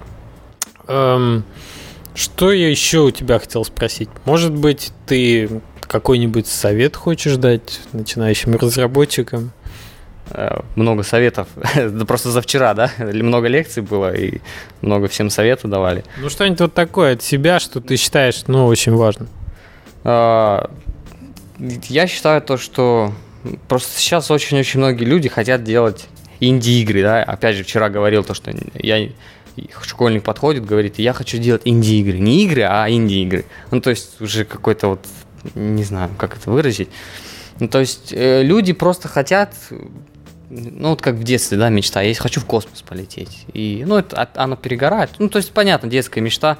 Что я еще у тебя хотел спросить? Может быть, ты какой-нибудь совет хочешь дать начинающим разработчикам? Много советов. Просто за вчера, да? Много лекций было, и много всем советов давали. Ну, что-нибудь вот такое от себя, что ты считаешь, ну, очень важно. Я считаю то, что просто сейчас очень-очень многие люди хотят делать инди-игры, да? Опять же, вчера говорил то, что школьник подходит, говорит, я хочу делать инди-игры. Не игры, а инди-игры. Ну, то есть уже какой-то вот, не знаю, как это выразить. Ну, то есть люди просто хотят, ну, вот как в детстве, да, мечта. Я хочу в космос полететь. И, ну, это, оно перегорает. Ну, то есть, понятно, детская мечта.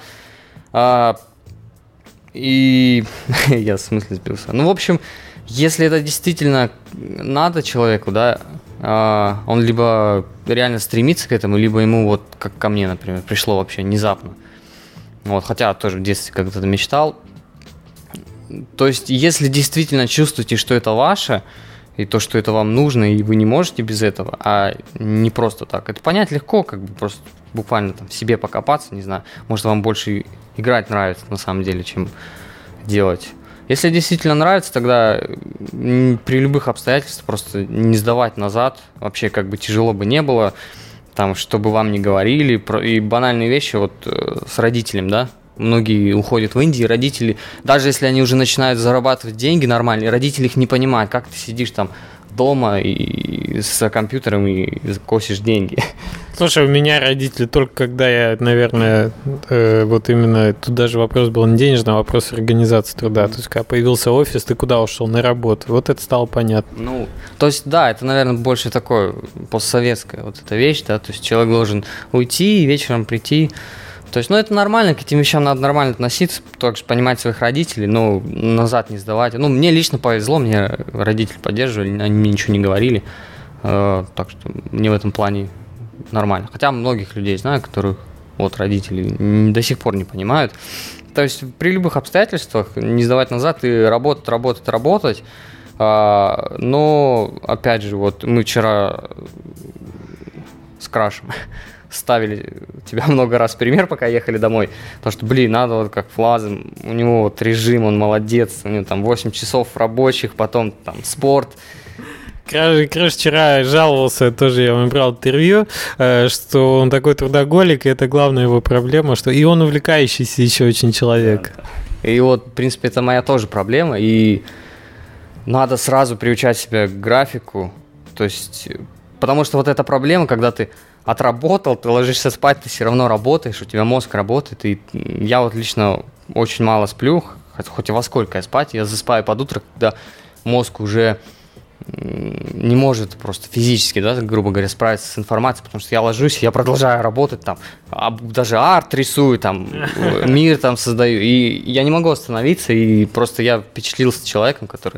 И я в смысле сбился. Ну, в общем, если это действительно надо человеку, да, он либо реально стремится к этому, либо ему вот, как ко мне, например, пришло вообще внезапно. Вот, хотя тоже в детстве как-то мечтал. То есть, если действительно чувствуете, что это ваше, и то, что это вам нужно, и вы не можете без этого, а не просто так. Это понять легко, как бы просто буквально там в себе покопаться, не знаю. Может, вам больше играть нравится на самом деле, чем делать. Если действительно нравится, тогда при любых обстоятельствах просто не сдавать назад. Вообще, как бы тяжело бы не было, там, чтобы вам не говорили. И банальные вещи вот с родителем, да. Многие уходят в Индию, родители, даже если они уже начинают зарабатывать деньги нормально, родители их не понимают, как ты сидишь там дома и с компьютером и косишь деньги. Слушай, у меня родители только когда я, наверное, вот именно, тут даже вопрос был не денежный, а вопрос организации труда. То есть, когда появился офис, ты куда ушел? На работу. Вот это стало понятно. Ну, то есть, да, это, наверное, больше такое постсоветская вот эта вещь, да, то есть человек должен уйти и вечером прийти. То есть, ну, это нормально, к этим вещам надо нормально относиться, также понимать своих родителей, но назад не сдавать. Ну, мне лично повезло, мне родители поддерживали, они мне ничего не говорили, так что мне в этом плане нормально. Хотя многих людей знаю, которых вот родители до сих пор не понимают. То есть, при любых обстоятельствах не сдавать назад и работать. Но, опять же, вот мы вчера с Крашем ставили тебя много раз в пример, пока ехали домой. Потому что, надо вот как Флазм, у него вот режим, он молодец, у него там 8 часов рабочих, потом там спорт. Краш вчера жаловался, тоже я вам брал интервью, что он такой трудоголик, и это главная его проблема, что и он увлекающийся еще очень человек. Да. И вот, в принципе, это моя тоже проблема, и надо сразу приучать себя к графику, то есть, потому что вот эта проблема, когда ты отработал, ты ложишься спать, ты все равно работаешь, у тебя мозг работает, и я вот лично очень мало сплю, хоть и во сколько я спать, я засыпаю под утро, когда мозг уже не может просто физически, да, грубо говоря, справиться с информацией, потому что я ложусь, я продолжаю работать, там, даже арт рисую, там, мир там создаю, и я не могу остановиться, и просто я впечатлился человеком, который...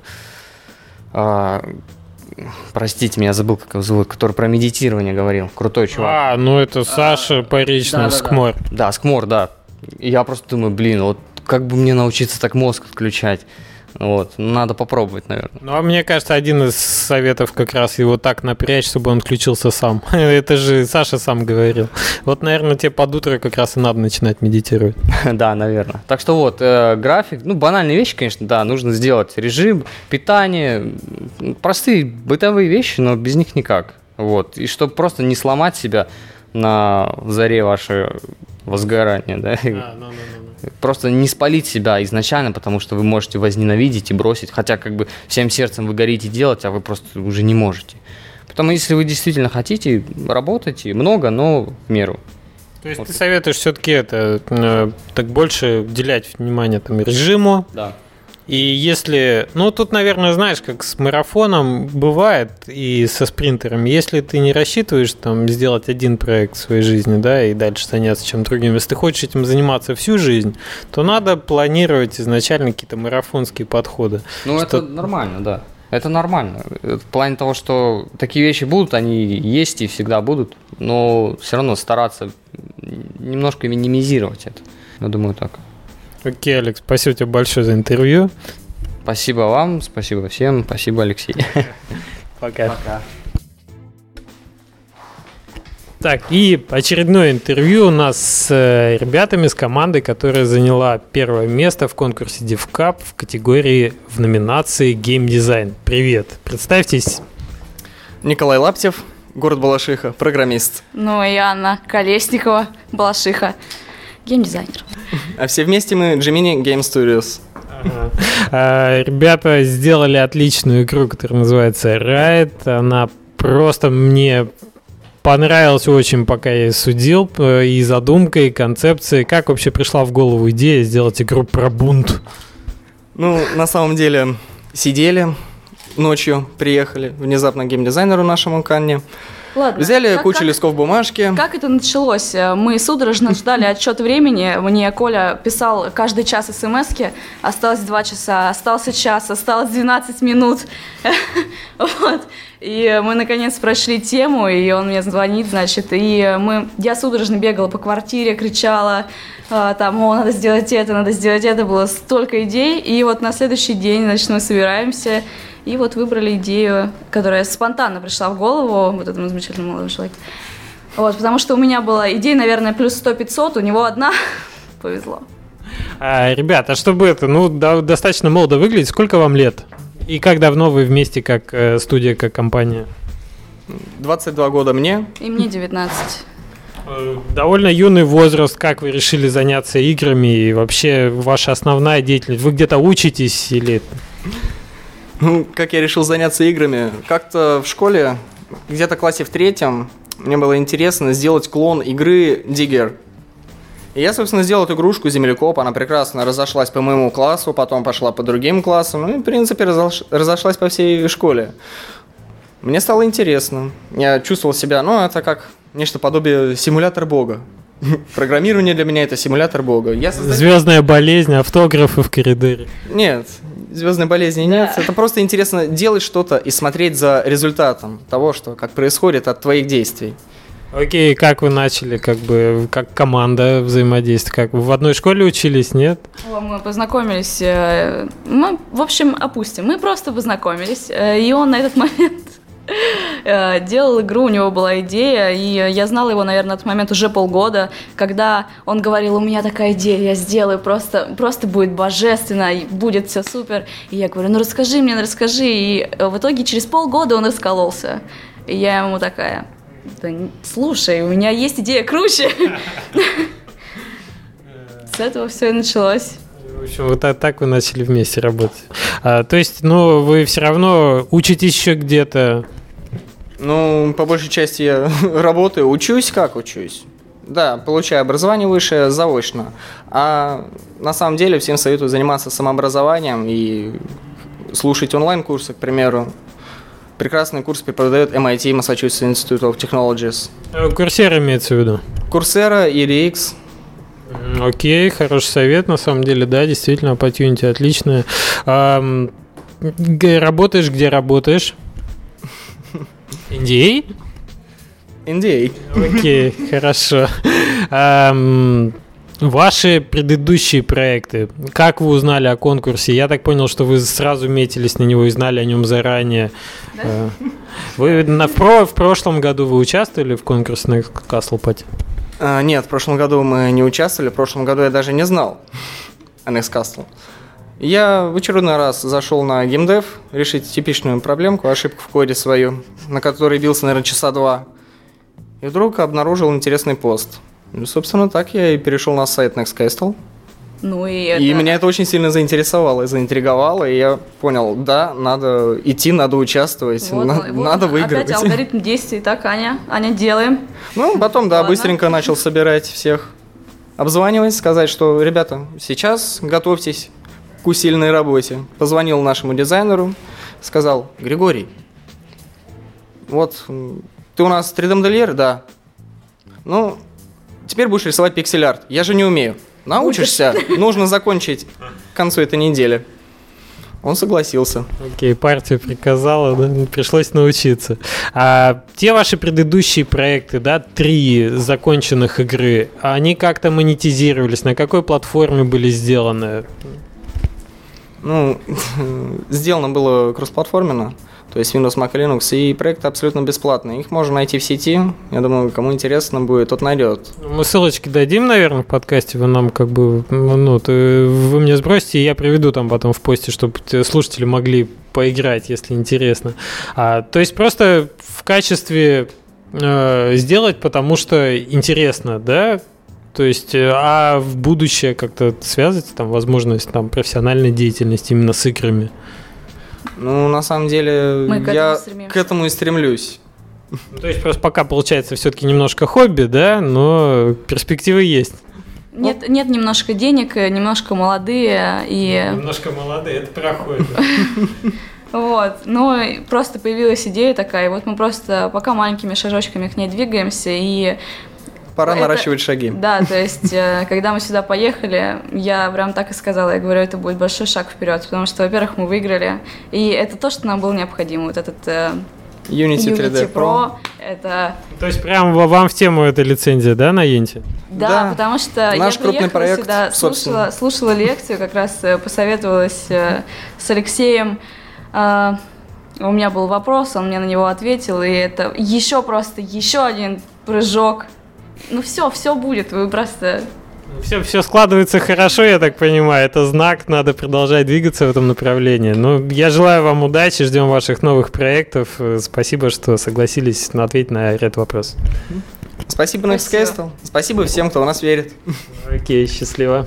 Простите меня, забыл, как его зовут, который про медитирование говорил. Крутой чувак. Ну это Саша Поречный, Скмор. Да, Скмор, да. И я просто думаю, вот как бы мне научиться так мозг отключать? Вот, надо попробовать, наверное. Ну, а мне кажется, один из советов как раз его так напрячь, чтобы он включился сам. Это же Саша сам говорил. Вот, наверное, тебе под утро как раз и надо начинать медитировать. Да, наверное. Так что вот, график, ну, банальные вещи, конечно, да, нужно сделать. Режим, питание, простые бытовые вещи, но без них никак. Вот, и чтобы просто не сломать себя на заре вашего возгорания, да. Просто не спалить себя изначально, потому что вы можете возненавидеть и бросить, хотя как бы всем сердцем вы горите делать, а вы просто уже не можете. Потому если вы действительно хотите, работайте много, но в меру. То есть ты советуешь все-таки это так больше уделять внимание там режиму. Да. И если, ну тут, наверное, знаешь, как с марафоном бывает и со спринтером, если ты не рассчитываешь там сделать один проект в своей жизни, да, и дальше заняться чем-то другим, если ты хочешь этим заниматься всю жизнь, то надо планировать изначально какие-то марафонские подходы. Ну это нормально, да. Это нормально. В плане того, что такие вещи будут, они есть и всегда будут, но все равно стараться немножко минимизировать это. Я думаю, так. Окей, Алекс, спасибо тебе большое за интервью. Спасибо вам, спасибо всем, спасибо, Алексей. Пока. Пока. Так, и очередное интервью у нас с ребятами, с командой, которая заняла первое место в конкурсе DevCup в категории в номинации Game Design. Привет, представьтесь. Николай Лаптев, город Балашиха, программист. Ну и Анна Колесникова, Балашиха, геймдизайнер. А все вместе мы Gemini Game Studios. Ребята сделали отличную игру, которая называется Riot. Она просто мне понравилась очень, пока я судил, и задумкой, и концепцией. Как вообще пришла в голову идея сделать игру про бунт? Ну, на самом деле, сидели ночью, приехали внезапно к геймдизайнеру нашему Канне. Ладно, взяли кучу листков бумажки. Как это началось? Мы судорожно ждали отсчет времени. Мне Коля писал каждый час смс-ки. Осталось 2 часа, остался час, осталось 12 минут. Вот. И мы, наконец, прошли тему, и он мне звонит, значит. И я судорожно бегала по квартире, кричала, там, надо сделать это. Было столько идей. И вот на следующий день, значит, мы собираемся. И вот выбрали идею, которая спонтанно пришла в голову вот этому замечательному молодому человеку. Вот, потому что у меня была идея, наверное, плюс 100-500, у него одна. Повезло. Ребята, чтобы это, достаточно молодо выглядеть, сколько вам лет? И как давно вы вместе, как студия, как компания? 22 года мне. И мне 19. Довольно юный возраст. Как вы решили заняться играми? И вообще ваша основная деятельность? Вы где-то учитесь или... Ну, как я решил заняться играми? Как-то в школе, где-то в классе в 3-м, мне было интересно сделать клон игры Digger. И я, собственно, сделал эту игрушку Землекоп, она прекрасно разошлась по моему классу, потом пошла по другим классам, ну и, в принципе, разошлась по всей школе. Мне стало интересно. Я чувствовал себя, это как нечто подобие симулятора бога. Программирование для меня — это симулятор бога. Звездная болезнь, автографы в коридоре. Нет, звездной болезни нет. Это просто интересно делать что-то и смотреть за результатом того, как происходит от твоих действий. Окей, как вы начали, как команда взаимодействовать? Как вы в одной школе учились, нет? Мы познакомились, опустим. Мы просто познакомились, и он на этот момент делал игру, у него была идея, и я знала его, наверное, на тот момент уже полгода, когда он говорил, у меня такая идея, я сделаю, просто будет божественно, и будет все супер. И я говорю, расскажи мне, расскажи. И в итоге через полгода он раскололся. И я ему такая, да, слушай, у меня есть идея круче. С этого все и началось. В общем, вот так вы начали вместе работать. То есть, вы все равно учитесь еще где-то? По большей части я работаю, учусь. Да, получаю образование высшее заочно. А на самом деле всем советую заниматься самообразованием и слушать онлайн-курсы, к примеру. Прекрасный курс преподает MIT, Massachusetts Institute of Technologies. Coursera имеется в виду? Coursera, EDX. Окей, хороший совет, на самом деле, да, действительно, opportunity отличная. Работаешь, где работаешь? NDA? NDA. Окей, хорошо. Ваши предыдущие проекты, как вы узнали о конкурсе? Я так понял, что вы сразу метились на него и знали о нем заранее. Да? Вы в прошлом году вы участвовали в конкурсе на Castle Party? Нет, в прошлом году мы не участвовали. В прошлом году я даже не знал о Next Castle. Я в очередной раз зашел на геймдев решить типичную проблемку, ошибку в коде свою, на которой бился, наверное, часа 2. И вдруг обнаружил интересный пост. И, собственно, так я и перешел на сайт Next Castle. Ну и меня это очень сильно заинтересовало и заинтриговало, и я понял, да, надо идти, надо участвовать, надо выигрывать. Опять алгоритм действий. Так, Аня, делаем. Ну, потом, да, быстренько начал собирать всех, обзванивать, сказать, что, ребята, сейчас готовьтесь к усиленной работе. Позвонил нашему дизайнеру, сказал: Григорий, вот, ты у нас 3D-модельер? Да. Ну, теперь будешь рисовать пиксель-арт. Я же не умею. Научишься, нужно закончить к концу этой недели. Он согласился. Окей, партия приказала, да? Пришлось научиться. А те ваши предыдущие проекты, да, 3 законченных игры, они как-то монетизировались? На какой платформе были сделаны? Ну, сделано было кроссплатформенно, то есть Windows, Mac и Linux, и проект абсолютно бесплатный. Их можно найти в сети. Я думаю, кому интересно будет, тот найдет. Мы ссылочки дадим, наверное, в подкасте. Вы нам вы мне сбросите, и я приведу там потом в посте, чтобы слушатели могли поиграть, если интересно. То есть просто в качестве сделать, потому что интересно, да? То есть, а в будущее как-то связывать там возможность там профессиональной деятельности именно с играми? Ну, на самом деле, я к этому и стремлюсь. То есть, просто пока получается все-таки немножко хобби, да, но перспективы есть. Нет немножко денег, немножко молодые и... Немножко молодые, это проходит. Вот, ну, просто появилась идея такая, и вот мы просто пока маленькими шажочками к ней двигаемся, и... Пора наращивать шаги. Да, то есть, когда мы сюда поехали, я прям так и сказала, я говорю, это будет большой шаг вперед, потому что, во-первых, мы выиграли, и это то, что нам было необходимо, вот этот Unity 3D Pro. Это... То есть, прям вам в тему эта лицензия, да, на Unity? Да, потому что наш я крупный проект, сюда, слушала лекцию, как раз посоветовалась с Алексеем. У меня был вопрос, он мне на него ответил, и это еще один прыжок. Ну все будет, вы просто... Все складывается хорошо, я так понимаю. Это знак, надо продолжать двигаться в этом направлении. Ну, я желаю вам удачи, ждем ваших новых проектов. Спасибо, что согласились ответить на этот вопрос. Спасибо, Next Castle. Спасибо всем, кто в нас верит. Окей, счастливо.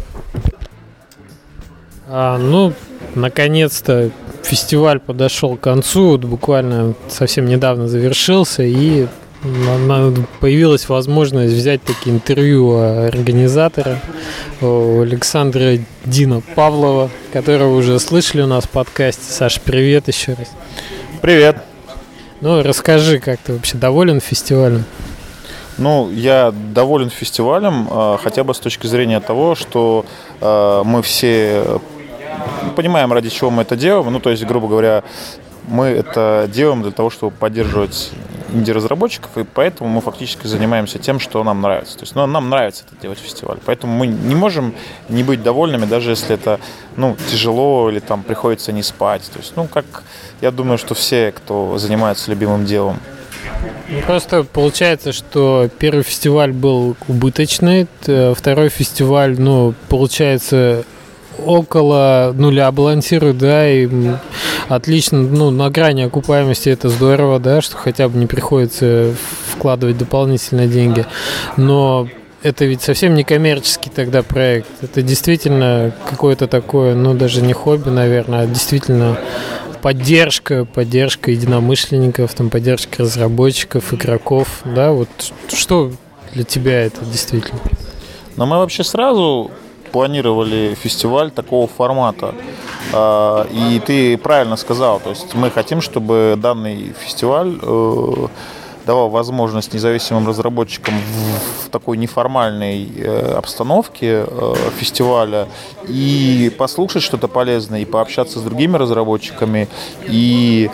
Наконец-то фестиваль подошел к концу, вот буквально совсем недавно завершился, и появилась возможность взять такие интервью у организатора, у Александра Дина Павлова, которого уже слышали у нас в подкасте. Саша, привет еще раз. Привет. Ну, расскажи, как ты вообще доволен фестивалем? Ну, я доволен фестивалем, хотя бы с точки зрения того, что мы все понимаем, ради чего мы это делаем. Ну, то есть, грубо говоря, мы это делаем для того, чтобы поддерживать инди-разработчиков, и поэтому мы фактически занимаемся тем, что нам нравится. То есть, нам нравится это делать фестиваль. Поэтому мы не можем не быть довольными, даже если это тяжело или там приходится не спать. То есть, я думаю, что все, кто занимается любимым делом. Просто получается, что первый фестиваль был убыточный, второй фестиваль, получается, около нуля балансирует, да, и отлично, на грани окупаемости это здорово, да, что хотя бы не приходится вкладывать дополнительные деньги, но это ведь совсем не коммерческий тогда проект, это действительно какое-то такое, даже не хобби, наверное, а действительно поддержка единомышленников, поддержка разработчиков, игроков, да, вот что для тебя это действительно? Но мы вообще сразу планировали фестиваль такого формата. И ты правильно сказал, то есть мы хотим, чтобы данный фестиваль давал возможность независимым разработчикам в такой неформальной обстановке фестиваля и послушать что-то полезное, и пообщаться с другими разработчиками, и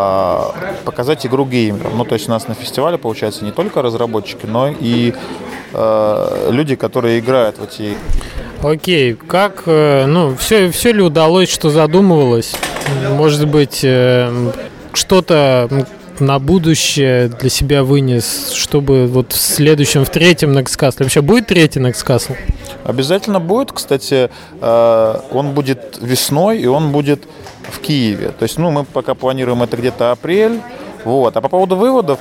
показать игру геймерам. То есть у нас на фестивале, получается, не только разработчики, но и люди, которые играют в эти игры. Окей, как, все ли удалось, что задумывалось? Может быть, что-то на будущее для себя вынес, чтобы вот в следующем, в третьем Next Castle? Вообще будет третий Next Castle? Обязательно будет. Кстати, он будет весной, и он будет в Киеве. То есть, мы пока планируем это где-то апрель. Вот. А по поводу выводов,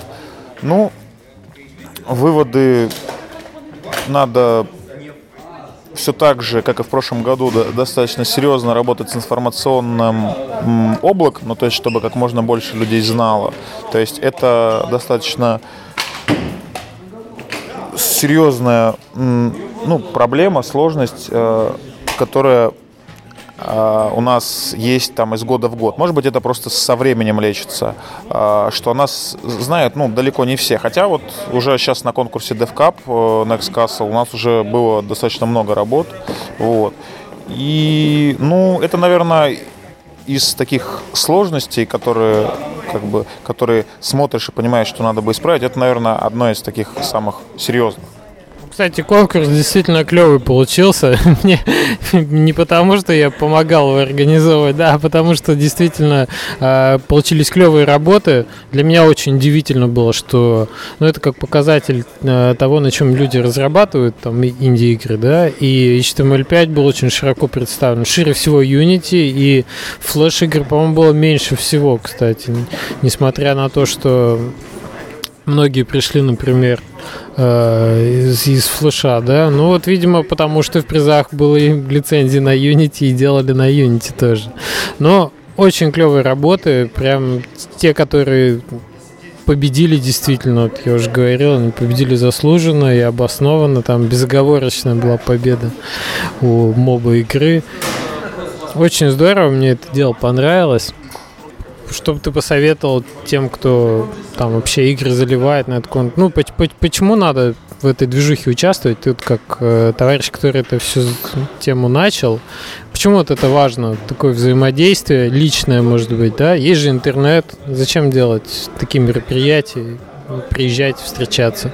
выводы надо все так же, как и в прошлом году, достаточно серьезно работать с информационным облаком, то есть чтобы как можно больше людей знало. То есть это достаточно серьезная проблема, сложность, которая у нас есть там из года в год. Может быть, это просто со временем лечится, что о нас знают, далеко не все. Хотя вот уже сейчас на конкурсе DevCup Next Castle у нас уже было достаточно много работ. Вот. И, это, наверное, из таких сложностей, которые смотришь и понимаешь, что надо бы исправить, это, наверное, одно из таких самых серьезных. Кстати, конкурс действительно клевый получился. Мне не потому, что я помогал его организовывать, а потому что действительно получились клевые работы. Для меня очень удивительно было, что это как показатель того, на чем люди разрабатывают там инди-игры, да, и HTML5 был очень широко представлен. Шире всего Unity, и флеш-игр, по-моему, было меньше всего, кстати. Несмотря на то, что многие пришли, например, из флеша, да. Видимо, потому что в призах были лицензии на Unity и делали на Unity тоже. Но очень клевые работы, прям те, которые победили действительно, я уже говорил, они победили заслуженно и обоснованно, там безоговорочная была победа у моба игры. Очень здорово, мне это дело понравилось. Что бы ты посоветовал тем, кто там вообще игры заливает на этот конкурс? Почему надо в этой движухе участвовать? Ты как товарищ, который эту всю тему начал. Почему это важно? Такое взаимодействие личное, может быть, да? Есть же интернет. Зачем делать такие мероприятия? Приезжать, встречаться?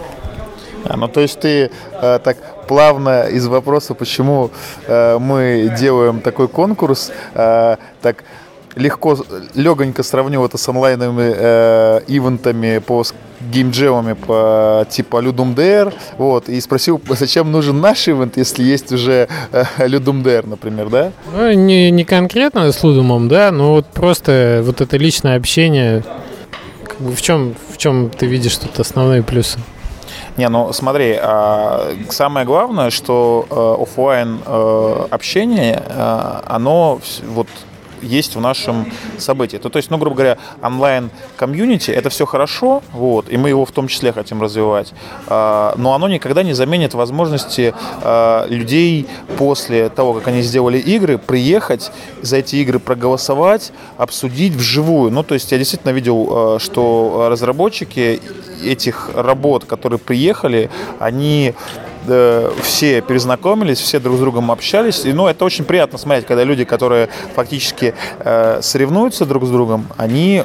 То есть ты так плавно из вопроса, почему мы делаем такой конкурс, так легонько сравнил это с онлайновыми ивентами по геймджемами по типа Ludum Dare, вот, и спросил, зачем нужен наш ивент, если есть уже Ludum Dare, например, да? Не конкретно с Ludum, да, но просто это личное общение. В чем ты видишь тут основные плюсы? Смотри, самое главное, что офлайн общение, оно есть в нашем событии. То есть, грубо говоря, онлайн-комьюнити — это все хорошо, и мы его в том числе хотим развивать, но оно никогда не заменит возможности людей после того, как они сделали игры, приехать, за эти игры проголосовать, обсудить вживую. То есть я действительно видел, что разработчики этих работ, которые приехали, они все перезнакомились, все друг с другом общались. И, это очень приятно смотреть, когда люди, которые фактически соревнуются друг с другом, они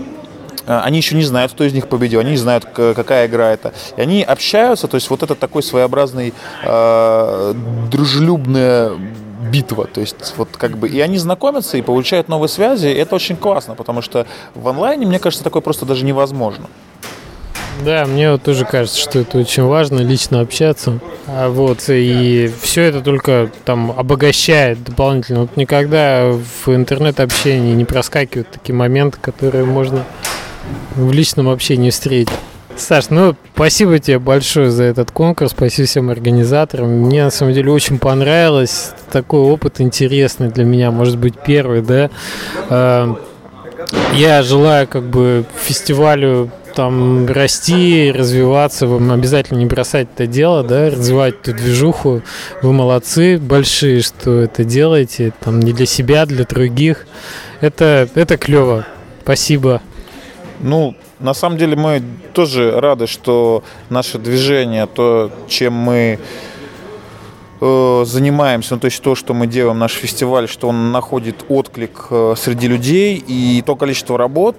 еще не знают, кто из них победил, они не знают, какая игра это. И они общаются, то есть это такой своеобразный дружелюбная битва, то есть и они знакомятся и получают новые связи, и это очень классно, потому что в онлайне, мне кажется, такое просто даже невозможно. Да, мне тоже кажется, что это очень важно, лично общаться. И все это только там обогащает дополнительно. Никогда в интернет-общении не проскакивают такие моменты, которые можно в личном общении встретить. Саш, спасибо тебе большое за этот конкурс, спасибо всем организаторам. Мне на самом деле очень понравилось. Такой опыт интересный для меня, может быть, первый, да. Я желаю фестивалю там расти, развиваться, вам обязательно не бросать это дело, да, развивать эту движуху. Вы молодцы, большие, что это делаете, там не для себя, для других. Это клево. Спасибо. На самом деле мы тоже рады, что наше движение, то, чем мы занимаемся, то есть то, что мы делаем, наш фестиваль, что он находит отклик среди людей, и то количество работ,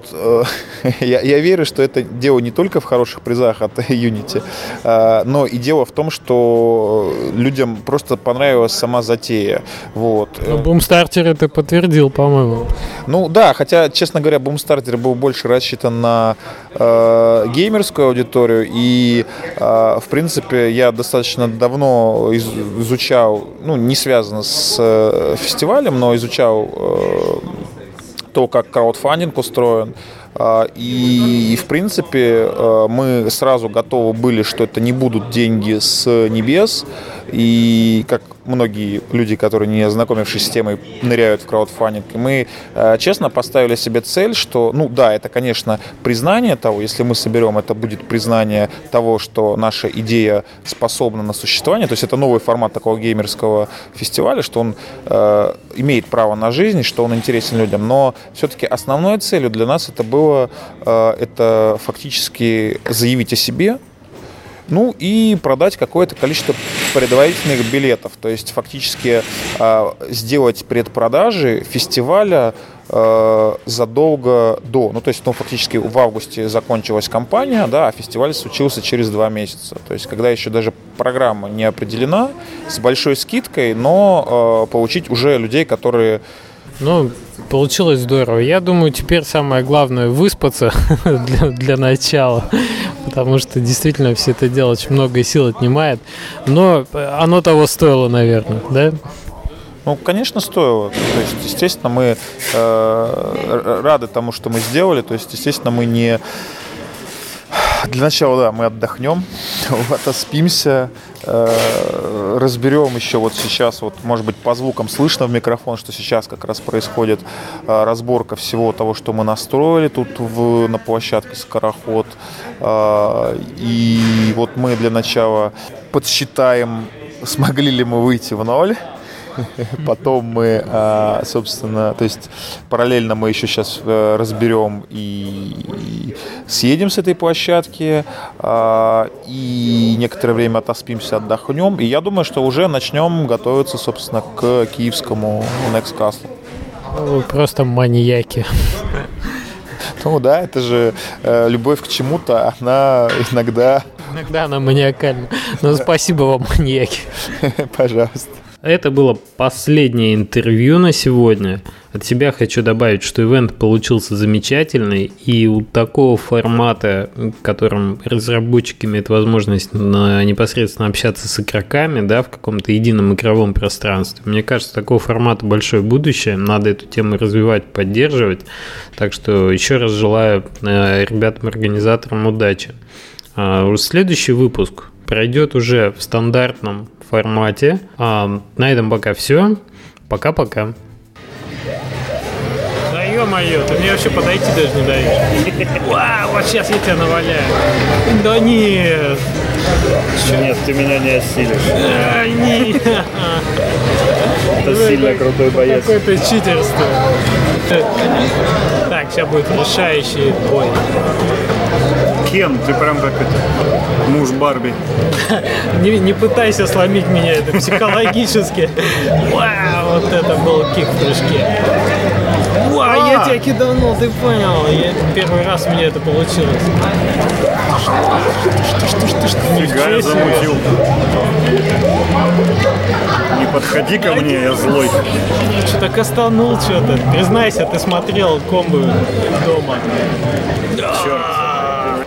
я верю, что это дело не только в хороших призах от Unity, но и дело в том, что людям просто понравилась сама затея. Вот. Бумстартер это подтвердил, по-моему. Ну да, хотя, честно говоря, Бумстартер был больше рассчитан на геймерскую аудиторию, и в принципе я достаточно давно изучал, ну, не связано с фестивалем, но изучал то, как краудфандинг устроен. И, в принципе, мы сразу готовы были, что это не будут деньги с небес. И как многие люди, которые не ознакомившись с темой, ныряют в краудфандинг. И мы честно поставили себе цель, что, ну да, это, конечно, признание того, если мы соберем, это будет признание того, что наша идея способна на существование. То есть это новый формат такого геймерского фестиваля, что он имеет право на жизнь, что он интересен людям. Но все-таки основной целью для нас это было это фактически заявить о себе, ну и продать какое-то количество предварительных билетов. То есть фактически сделать предпродажи фестиваля задолго до. Ну, то есть, фактически в августе закончилась кампания, да, а фестиваль случился через 2 месяца. То есть, когда еще даже программа не определена, с большой скидкой, но получить уже людей, которые... Ну, получилось здорово. Я думаю, теперь самое главное выспаться для начала, потому что действительно все это дело очень много сил отнимает. Но оно того стоило, наверное, да? Ну, конечно, стоило. То есть, естественно, мы рады тому, что мы сделали. То есть, естественно, мы не... Для начала, да, мы отдохнем, отоспимся, разберем еще вот сейчас, вот, может быть, по звукам слышно в микрофон, что сейчас как раз происходит разборка всего того, что мы настроили тут на площадке «Скороход». И вот мы для начала подсчитаем, смогли ли мы выйти в ноль. Потом мы, собственно, то есть параллельно мы еще сейчас разберем и съедем с этой площадки, и некоторое время отоспимся, отдохнем. И я думаю, что уже начнем готовиться, собственно, к киевскому Next Castle. Вы просто маньяки. Ну да, это же любовь к чему-то, она иногда... Иногда она маниакальна. Но спасибо вам, маньяки. Пожалуйста. Это было последнее интервью на сегодня. От себя хочу добавить, что ивент получился замечательный, и у такого формата, в котором разработчики имеют возможность непосредственно общаться с игроками, да, в каком-то едином игровом пространстве, мне кажется, такого формата большое будущее. Надо эту тему развивать, поддерживать. Так что еще раз желаю ребятам-организаторам удачи. Следующий выпуск пройдет уже в стандартном формате. На этом пока все. Пока-пока. Да ё-моё, ты мне вообще подойти даже не даешь. Вау, вот сейчас я тебя наваляю. Да нет. Нет, ты меня не осилишь. Нет. Это сильно крутой боец. Какое-то читерство. Так, сейчас будет решающий бой. Кен, ты прям как это, муж Барби. Не пытайся сломить меня, это психологически. Вау, вот это был кик в прыжке. Вау, я тебя киданул, ты понял? Первый раз мне это получилось. Фига, я замутил. Не подходи ко мне, я злой. Что-то кастанул что-то. Признайся, ты смотрел комбо дома. Черт.